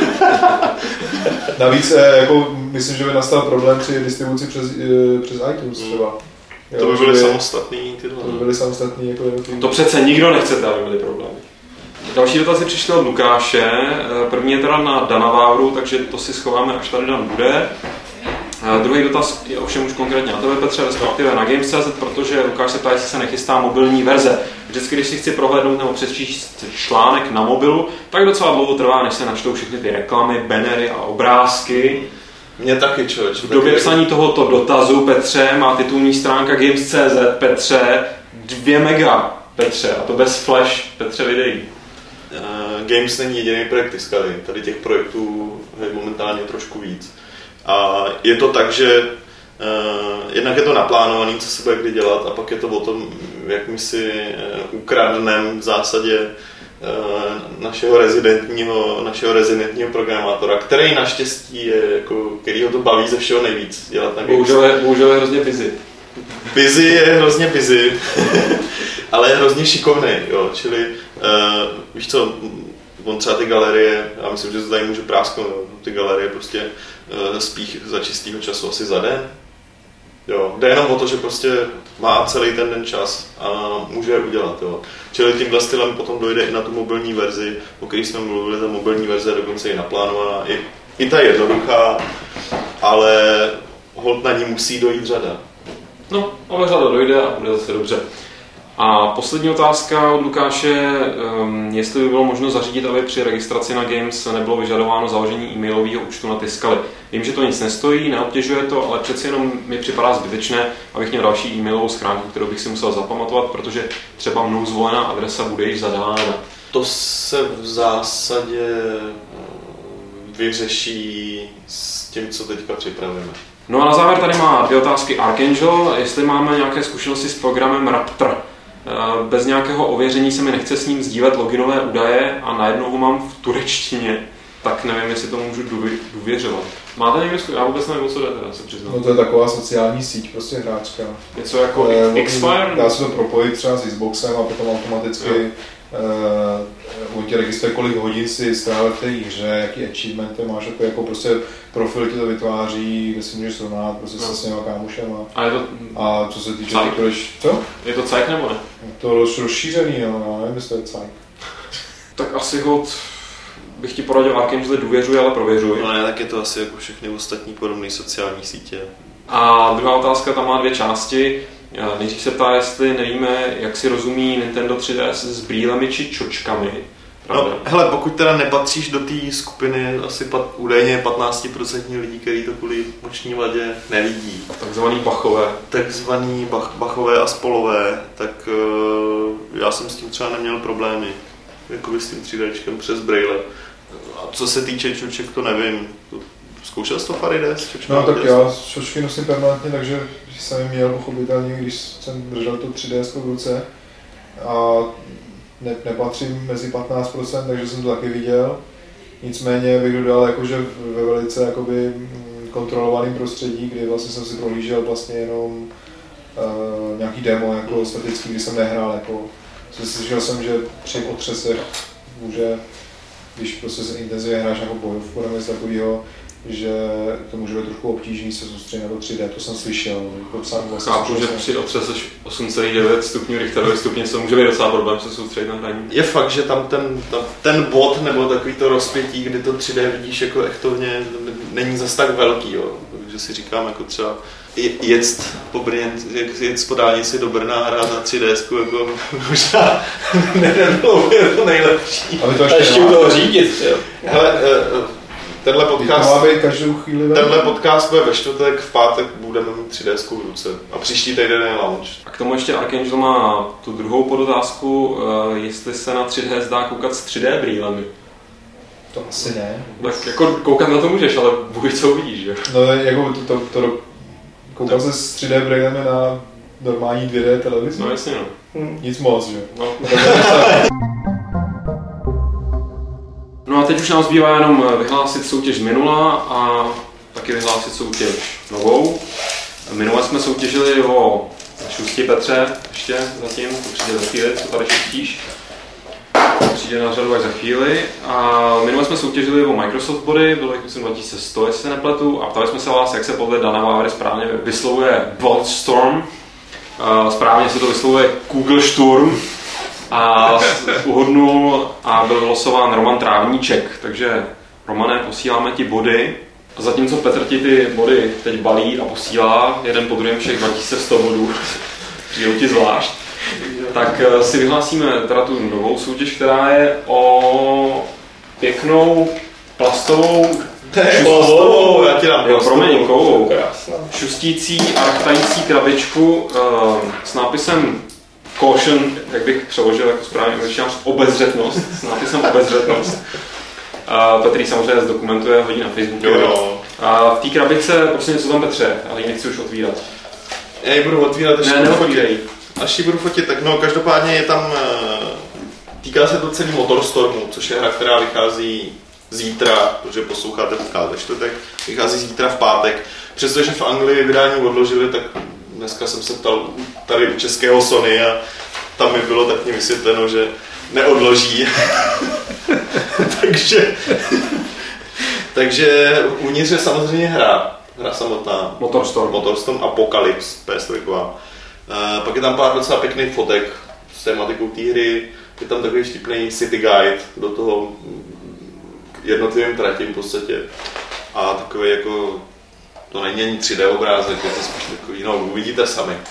Speaker 3: Navíc, jako, myslím, že by nastal problém při distribuci přes, přes iTunes třeba.
Speaker 2: Jo, to by byly by, samostatný tyhle.
Speaker 3: To by byly samostatný jako jednotlivý.
Speaker 1: To přece nikdo nechcete, aby byly problémy. Další dotazy přišly od Lukáše. První je teda na Dana Vávru, takže to si schováme, až tady Dan bude. Druhý dotaz je ovšem už konkrétně na tebe, Petře, respektive na Games tečka cé zet, protože Lukáš se ptá, jestli se nechystá mobilní verze. Vždycky, když si chci prohlédnout nebo přečíst článek na mobilu, tak docela dlouho trvá, než se načtou všechny ty reklamy, bannery a obrázky.
Speaker 2: Mně taky, člověč.
Speaker 1: V době psaní tohoto dotazu, Petře, má titulní stránka Games tečka cé zet, Petře, dvě mega, Petře, a to bez flash, Petře, videí.
Speaker 2: Uh, Games není jediný projekt Tiscali, tady těch projektů je momentálně trošku víc. A je to tak, že uh, jednak je to naplánovaný, co se bude kdy dělat, a pak je to o tom, jak my si uh, ukradneme v zásadě uh, našeho rezidentního, našeho rezidentního programátora, který naštěstí je, jako, který ho to baví ze všeho nejvíc dělat na Games.
Speaker 1: Bohužel je, bohužel je hrozně busy.
Speaker 2: Busy je hrozně busy, ale je hrozně šikovný, jo, čili uh, víš co, on třeba ty galerie, já myslím, že to tady může prásknout, ty galerie prostě uh, spích za čistýho času asi za den. Jo, jde jenom o to, že prostě má celý ten den čas a může je udělat, jo. Čili tímhle stylem potom dojde i na tu mobilní verzi, o které jsme mluvili, ta mobilní verze dokonce je naplánovaná, i, i ta jednoduchá, ale holt na ní musí dojít řada.
Speaker 1: No, ale řada dojde a bude zase dobře. A poslední otázka od Lukáše, um, jestli by bylo možno zařídit, aby při registraci na Games nebylo vyžadováno založení e-mailového účtu na Tiskaly. Vím, že to nic nestojí, neobtěžuje to, ale přeci jenom mi připadá zbytečné, abych měl další e-mailovou schránku, kterou bych si musel zapamatovat, protože třeba mnou zvolená adresa bude již zadána.
Speaker 2: To se v zásadě vyřeší s tím, co teďka připravíme.
Speaker 1: No a na závěr tady má dvě otázky Archangel, jestli máme nějaké zkušenosti s programem Raptor. Bez nějakého ověření se mi nechce s ním sdílet loginové údaje a najednou ho mám v turečtině, tak nevím, jestli to můžu důvěřovat. Máte někdo zkušenost? Já vůbec nevím, o co jde teda, se přiznám.
Speaker 3: No to je taková sociální síť, prostě hráčka.
Speaker 1: Něco jako
Speaker 3: e,
Speaker 1: X-Fire?
Speaker 3: Dá se to propojit třeba s Xboxem a potom automaticky uh, on tě registruje, kolik hodin si strávil v té hře, jaký achievementy máš, jako, jako prostě profil ti to vytváří, kde si můžeš srovnat prostě no. se s těma kámošema.
Speaker 1: A, je to
Speaker 3: a co se týče ty kolež, co?
Speaker 1: Je to cajk nebo ne?
Speaker 3: To rozšířený, no, no nevím, jestli to je cajk.
Speaker 1: Tak asi hod bych ti poradil Archangel, důvěřuj, ale prověřuj.
Speaker 2: No ne, tak je to asi jako všechny ostatní podobné sociální sítě.
Speaker 1: A druhá otázka, tam má dvě části. Nejdřív se ptá, jestli nevíme, jak si rozumí Nintendo tři D S s brýlemi či čočkami.
Speaker 2: Pravda? No, hele, pokud teda nepatříš do té skupiny asi pat, údajně patnáct procent lidí, kteří to kvůli oční vadě nevidí.
Speaker 1: Takzvaný bachové.
Speaker 2: Takzvaný bach, bachové a spolové, tak uh, já jsem s tím třeba neměl problémy. Jakoby s tím tři déčkem přes brýle. A co se týče čoček, to nevím. Zkoušel jsi to Farides s čočkami?
Speaker 3: No tak já čočky nosím permanentně, takže jsem měl pochopitelně, když jsem držel to tři D S v ruce. A ne, nepatřím mezi patnáct procent, takže jsem to taky viděl. Nicméně bych dodal, jakože ve velice jakoby kontrolovaném prostředí, kdy vlastně jsem si prohlížel vlastně jenom uh, nějaký demo jako statický, kdy jsem nehrál. Jako, slyšel jsem, že při otřesech může, když prostě se intenzivně hráš jako bojovku nebo něco takového, že to může být trošku obtížný se soustředit na to tři D, to jsem slyšel.
Speaker 1: Vlastně chápu, že při otřeseš osm celá devět stupňů Richterovy stupně, to může být docela problém se soustředit na hraní.
Speaker 2: Je fakt, že tam ten, tam, ten bod nebo takový to rozpětí, kdy to tři D vidíš jako echtovně, není zas tak velký, jo. Takže si říkám jako třeba jet po Brně, jet po dálnici do Brna a hrát na tři D S jako možná nebylo to nejlepší.
Speaker 3: Ale to
Speaker 5: ještě, ještě u toho řídit, jo.
Speaker 2: Hele, tenhle podcast, tenhle podcast bude ve čtvrtek, v pátek budeme mít tři D S v ruce a příští týden je launch.
Speaker 1: A k tomu ještě Archangel má tu druhou podotázku, jestli se na tři D S dá koukat s tři D brýlemi.
Speaker 3: To asi ne.
Speaker 1: Tak jako koukat na to můžeš, ale bůh co uvidíš, že?
Speaker 3: No jako to, to, to koukal no. se s tři D brýlemi na normální dvě D televizi?
Speaker 1: No jasně no.
Speaker 3: Hmm. Nic moc, že?
Speaker 1: No. No a teď už nám zbývá jenom vyhlásit soutěž z minula a taky vyhlásit soutěž novou. Minule jsme soutěžili o šusti Petře, ještě zatím, to přijde za chvíli, co tady šustíš. To přijde na řadu až za chvíli. A minule jsme soutěžili o Microsoft body, bylo jich myslím dva tisíce sto, jestli se nepletu, a ptali jsme se vás, jak se podle Dana Vávry správně vyslovuje Boltstorm. Správně se to vyslovuje Google Sturm. A uhodnul a byl vylosován Roman Trávníček, takže Romane, posíláme ti body. A zatímco Petr ti ty body teď balí a posílá, jeden po druhém všech dva tisíce sto bodů, přijdou ti zvlášť, tak si vyhlásíme teda tu novou soutěž, která je o pěknou plastovou
Speaker 2: Kovovou, já ti dám
Speaker 1: promiň, kovovou, šustící a rachtající krabičku uh, s nápisem Caution, jak bych přeložil jako správně angličtinář, obezřetnost, s nápisem obezřetnost. Uh, Petr samozřejmě zdokumentuje, hodí na Facebooku.
Speaker 2: Jo.
Speaker 1: A v té krabice, prostě něco tam Petře, ale ji nechci už otvírat.
Speaker 2: Já ji budu otvírat, až
Speaker 1: ne,
Speaker 2: ji budu fotit. Až ji budu fotit, tak no, každopádně je tam, týká se to celý Motorstormu, což je hra, která vychází zítra, protože posloucháte podcast ve čtvrtek, vychází zítra v pátek. Přestože v Anglii vydání odložili, tak dneska jsem se ptal tady u českého Sony a tam mi bylo tak mě vysvětleno, že neodloží. takže, takže uvnitř je samozřejmě hra, hra samotná.
Speaker 1: Motorstorm.
Speaker 2: Motorstorm Apocalypse, P S tři. Uh, pak je tam pár docela pěkných fotek s tématikou té hry. Je tam takový vtipný city guide do toho jednotlivým tratím v podstatě. A takový jako, to není ani tři D obrázek, je to spíš takový, no uvidíte sami.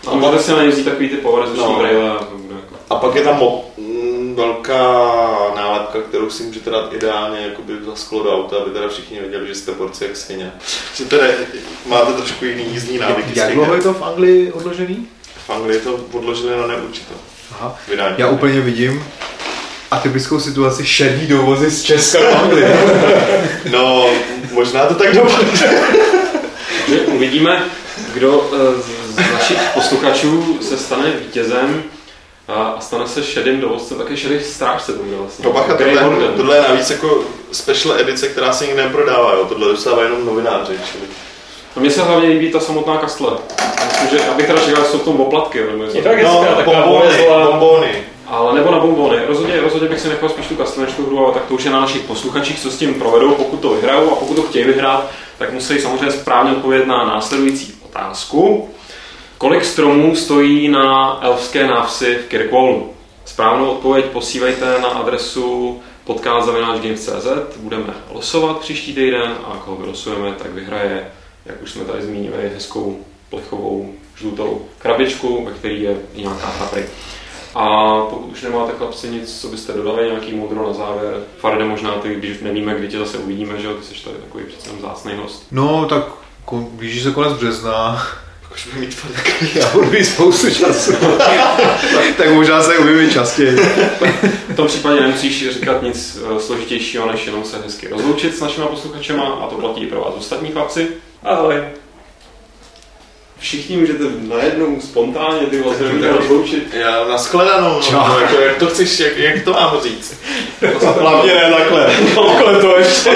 Speaker 1: A můžete si na ně vzít takový ty povalezuční
Speaker 2: No.
Speaker 1: brejle.
Speaker 2: A pak je tam mo- m, velká nálepka, kterou si můžete dát ideálně jakoby za sklo do auta, aby teda všichni věděli, že jste porci jak svině. Že teda máte trošku jiný jízdní návyky.
Speaker 3: Jak dlouho je to v Anglii odložený?
Speaker 2: V Anglii to odložili na neurčito.
Speaker 3: Aha.
Speaker 2: Vydání.
Speaker 3: Já úplně vidím atypickou situaci šedý dovozy z Česka v Anglii.
Speaker 2: No, možná to tak dopadne.
Speaker 1: Takže uvidíme, kdo z našich posluchačů se stane vítězem a stane se šedým dovozcem, také šedý strážce to bude vlastně.
Speaker 2: No bacha,
Speaker 1: Grey
Speaker 2: tohle,
Speaker 1: Warden.
Speaker 2: tohle je navíc jako special edice, která se nikdy neprodává, jo. Tohle dostává jenom novináři, čili...
Speaker 1: No mně se hlavně líbí ta samotná kastle. Myslím, že, abych teda čekal, že jsou v tom poplatky, nebo něco.
Speaker 5: Je to tak hezká,
Speaker 2: No,
Speaker 5: taková
Speaker 2: bombony,
Speaker 5: bolezlá.
Speaker 2: bombony.
Speaker 1: Ale nebo na bombony. Rozhodně, rozhodně bych si nechal spíš tu kastlenečku hru, ale tak to už je na našich posluchačích, co s tím provedou, pokud to vyhrajou a pokud to chtějí vyhrát, tak musí samozřejmě správně odpovědět na následující otázku. Kolik stromů stojí na elfské návsi v Kirkwallu? Správnou odpověď posílejte na adresu podcast zavináč games tečka cé zet. Budeme losovat příští týden a koho vylosujeme, tak vyhraje, jak už jsme tady zmínili, hezkou plechovou žlutou krabičku, ve které je i nějaká hry. A pokud už nemáte, chlapci, nic, co byste dodali, nějaký moudro na závěr. Farde, možná ty, když nevíme, kdy tě zase uvidíme, že jo, ty jsi tady takový přece jen vzácný host.
Speaker 3: No, tak kon, blíží se konec března.
Speaker 2: Už budu mít fakt
Speaker 3: Já budu mít spoustu času. Tak možná se uvidíme častěji.
Speaker 1: V tom případě nemusíš říkat nic složitějšího, než jenom se hezky rozloučit s našimi posluchačema a to platí i pro vás ostatní chlapci.
Speaker 5: Ahoj.
Speaker 1: Všichni můžete najednou spontánně ty vlastně rozloučit.
Speaker 2: Já na shledanou, no, jako, jak to chceš, jak, jak to mám říct? Hlavně ne takhle.
Speaker 1: Takhle to ještě.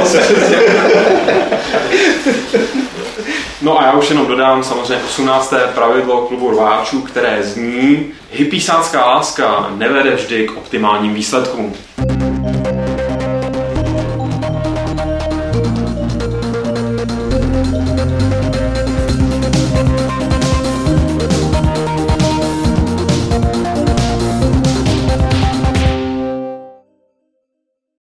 Speaker 1: No a já už jenom dodám samozřejmě osmnácté pravidlo klubu rváčů, které zní: hypísácká láska nevede vždy k optimálním výsledkům.